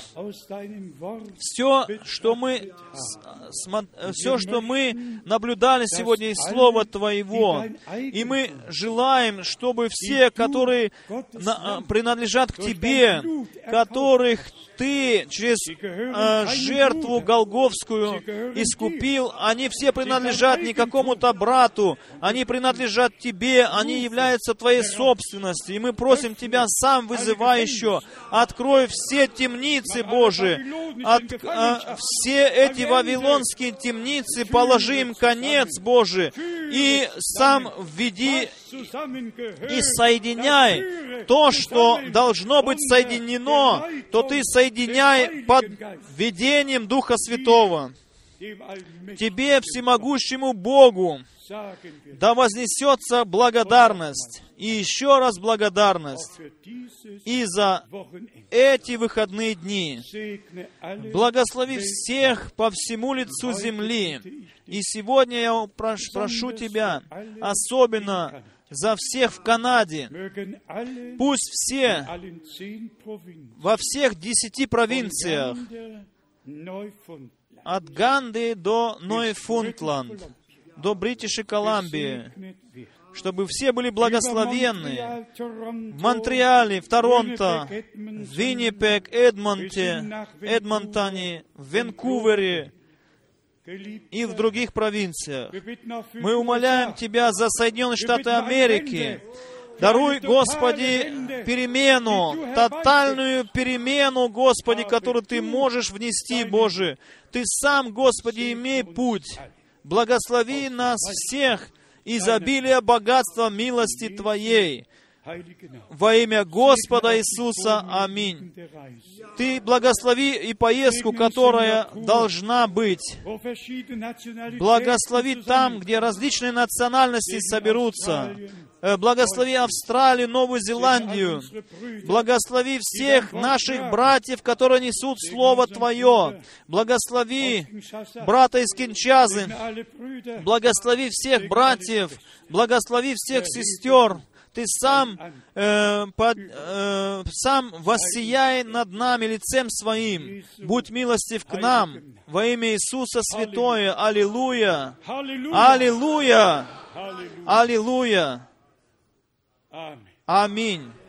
Все, что мы наблюдали сегодня из Слова Твоего, и мы желаем, чтобы все, которые принадлежат к Тебе, которых Ты через жертву Голгофскую искупил, они все принадлежат не какому-то брату, они принадлежат Тебе, они являются Твоей собственностью. И мы просим Тебя, сам вызывай еще, открой все темницы Божии, все эти вавилонские темницы, положи им конец, Божий, и сам введи и соединяй то, что должно быть соединено, то Ты соединяй под ведением Духа Святого. Тебе, всемогущему Богу, да вознесется благодарность, и еще раз благодарность и за эти выходные дни. Благослови всех по всему лицу земли. И сегодня я прошу Тебя, особенно за всех в Канаде. Пусть все во всех 10 провинциях, от Ганды до Ньюфаундленд, до Бритиш Колумбии, чтобы все были благословенны в Монреале, в Торонто, в Виннипег, Эдмонтоне, в Ванкувере и в других провинциях. Мы умоляем Тебя за Соединенные Штаты Америки. Даруй, Господи, перемену, тотальную перемену, Господи, которую Ты можешь внести, Боже. Ты сам, Господи, имей путь. Благослови нас всех, изобилие богатства милости Твоей. Во имя Господа Иисуса. Аминь. Ты благослови и поездку, которая должна быть. Благослови там, где различные национальности соберутся. Благослови Австралию, Новую Зеландию. Благослови всех наших братьев, которые несут Слово Твое. Благослови брата из Киншасы. Благослови всех братьев. Благослови всех сестер. Ты сам воссияй над нами лицем Своим. Будь милостив к нам. Во имя Иисуса Святое. Аллилуйя! Аллилуйя! Аллилуйя! Аминь.